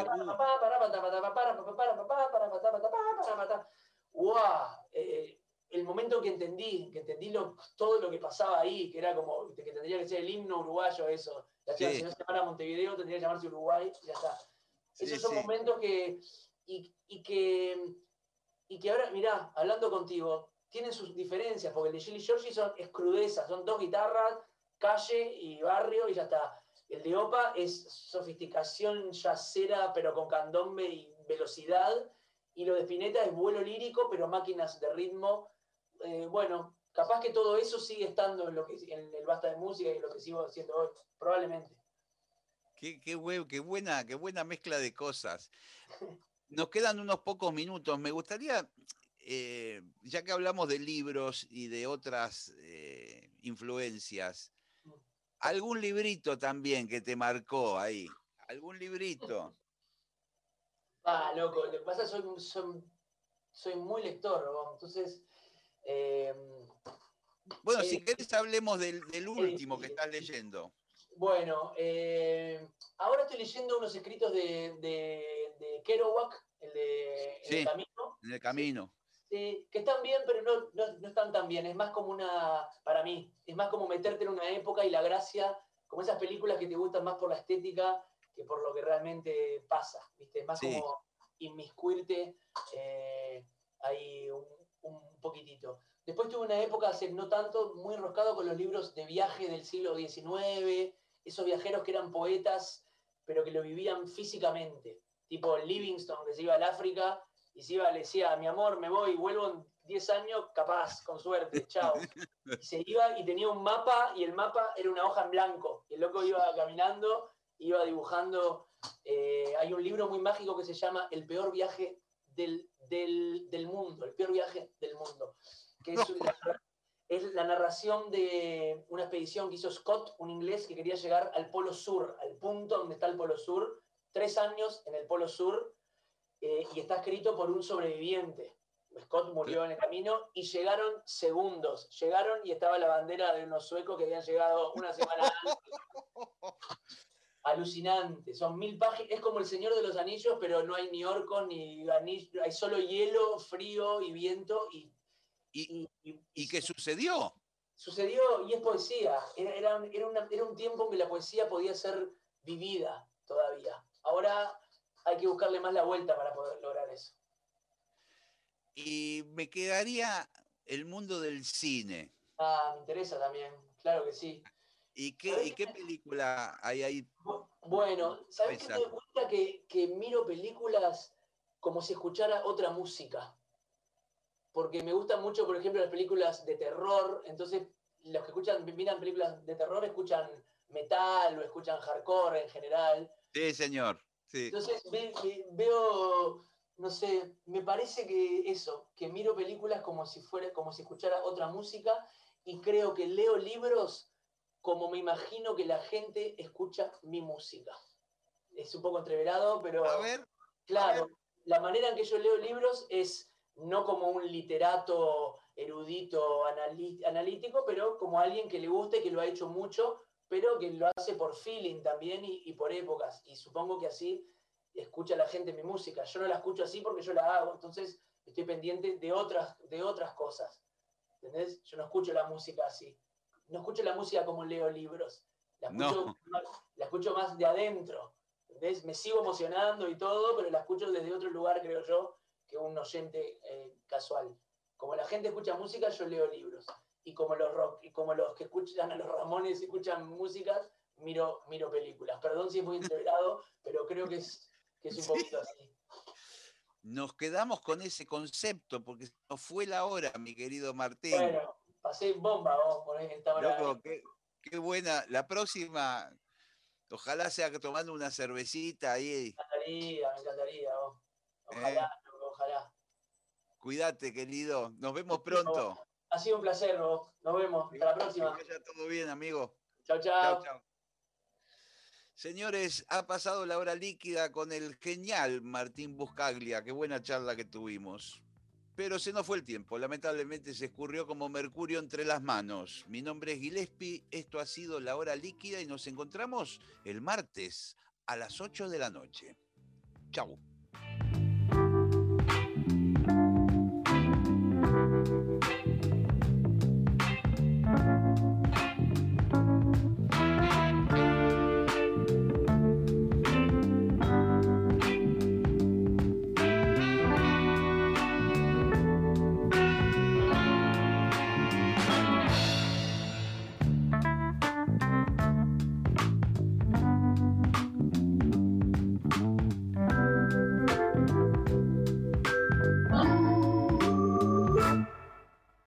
¡Wow! El momento que entendí todo lo que pasaba ahí, que era como que tendría que ser el himno uruguayo, eso. Si sí, no se llamara Montevideo, tendría que llamarse Uruguay, y ya está. sí, Esos son sí. momentos y que ahora, mirá, hablando contigo, tienen sus diferencias, porque el de Gilly Georgie es crudeza, son dos guitarras, calle y barrio y ya está. El de Opa es sofisticación yacera, pero con candombe y velocidad. Y lo de Spinetta es vuelo lírico, pero máquinas de ritmo. Bueno, capaz que todo eso sigue estando en el Basta de Música y en lo que sigo haciendo hoy, probablemente. Qué buena mezcla de cosas. Nos quedan unos pocos minutos. Me gustaría, ya que hablamos de libros y de otras influencias, algún librito también que te marcó ahí. ¿Algún librito? Ah, loco, lo que pasa es que soy muy lector, ¿no? Entonces, eh, Bueno, es, si querés hablemos del es último que difícil. estás leyendo. Bueno, ahora estoy leyendo unos escritos de Kerouac, En el camino. En el camino. Sí, que están bien, pero no están tan bien. Es más como para mí, es más como meterte en una época y la gracia, como esas películas que te gustan más por la estética que por lo que realmente pasa, ¿viste? Es más como inmiscuirte ahí un poquitito. Después tuve una época, hace no tanto, muy enroscado con los libros de viaje del siglo XIX, esos viajeros que eran poetas, pero que lo vivían físicamente, tipo Livingstone, que se iba al África, y se iba, le decía, mi amor, me voy, vuelvo en 10 años, capaz, con suerte, chao. Y se iba y tenía un mapa, y el mapa era una hoja en blanco, y el loco iba caminando, iba dibujando. Hay un libro muy mágico que se llama El peor viaje del mundo, el peor viaje del mundo, que es la narración de una expedición que hizo Scott, un inglés que quería llegar al Polo Sur, al punto donde está el Polo Sur, 3 años en el Polo Sur, y está escrito por un sobreviviente. Scott murió en el camino y llegaron segundos. Llegaron y estaba la bandera de unos suecos que habían llegado una semana antes. Alucinante, son 1000 páginas, es como El Señor de los Anillos, pero no hay ni orcos ni anillos, hay solo hielo, frío y viento. ¿Y qué sucedió? Sucedió y es poesía. Era un tiempo en que la poesía podía ser vivida todavía. Ahora hay que buscarle más la vuelta para poder lograr eso. Y me quedaría el mundo del cine. Me interesa también, claro que sí. ¿Y qué película hay ahí? Bueno, ¿sabés qué me gusta? Que miro películas como si escuchara otra música. Porque me gustan mucho, por ejemplo, las películas de terror. Entonces, los que miran películas de terror escuchan metal o escuchan hardcore en general. Sí, señor. Sí. Entonces, veo, no sé, me parece que miro películas como si escuchara otra música, y creo que leo libros como me imagino que la gente escucha mi música. Es un poco entreverado, pero claro, la manera en que yo leo libros es no como un literato erudito, analítico, pero como alguien que le gusta y que lo ha hecho mucho, pero que lo hace por feeling también y por épocas. Y supongo que así escucha la gente mi música. Yo no la escucho así porque yo la hago, entonces estoy pendiente de otras cosas. ¿Entendés? Yo no escucho la música así. No escucho la música como leo libros. La escucho más de adentro. ¿Entendés? Me sigo emocionando y todo, pero la escucho desde otro lugar, creo yo, que un oyente casual. Como la gente escucha música, yo leo libros. Y como los que escuchan a los Ramones escuchan músicas, miro películas. Perdón si es muy entreverado, pero creo que es un poquito así. Nos quedamos con ese concepto porque nos fue la hora, mi querido Martín. Bueno, pasé bomba vos por esta hora. Loco, qué buena. La próxima, ojalá sea tomando una cervecita ahí. Me encantaría vos. Ojalá. Cuídate, querido. Nos vemos pronto. Ha sido un placer, vos. Nos vemos. Hasta la próxima. Que vaya todo bien, amigo. Chau, chau. Señores, ha pasado la hora líquida con el genial Martín Buscaglia. Qué buena charla que tuvimos. Pero se nos fue el tiempo. Lamentablemente se escurrió como mercurio entre las manos. Mi nombre es Gillespie. Esto ha sido la hora líquida y nos encontramos el martes a las 8 de la noche. Chau.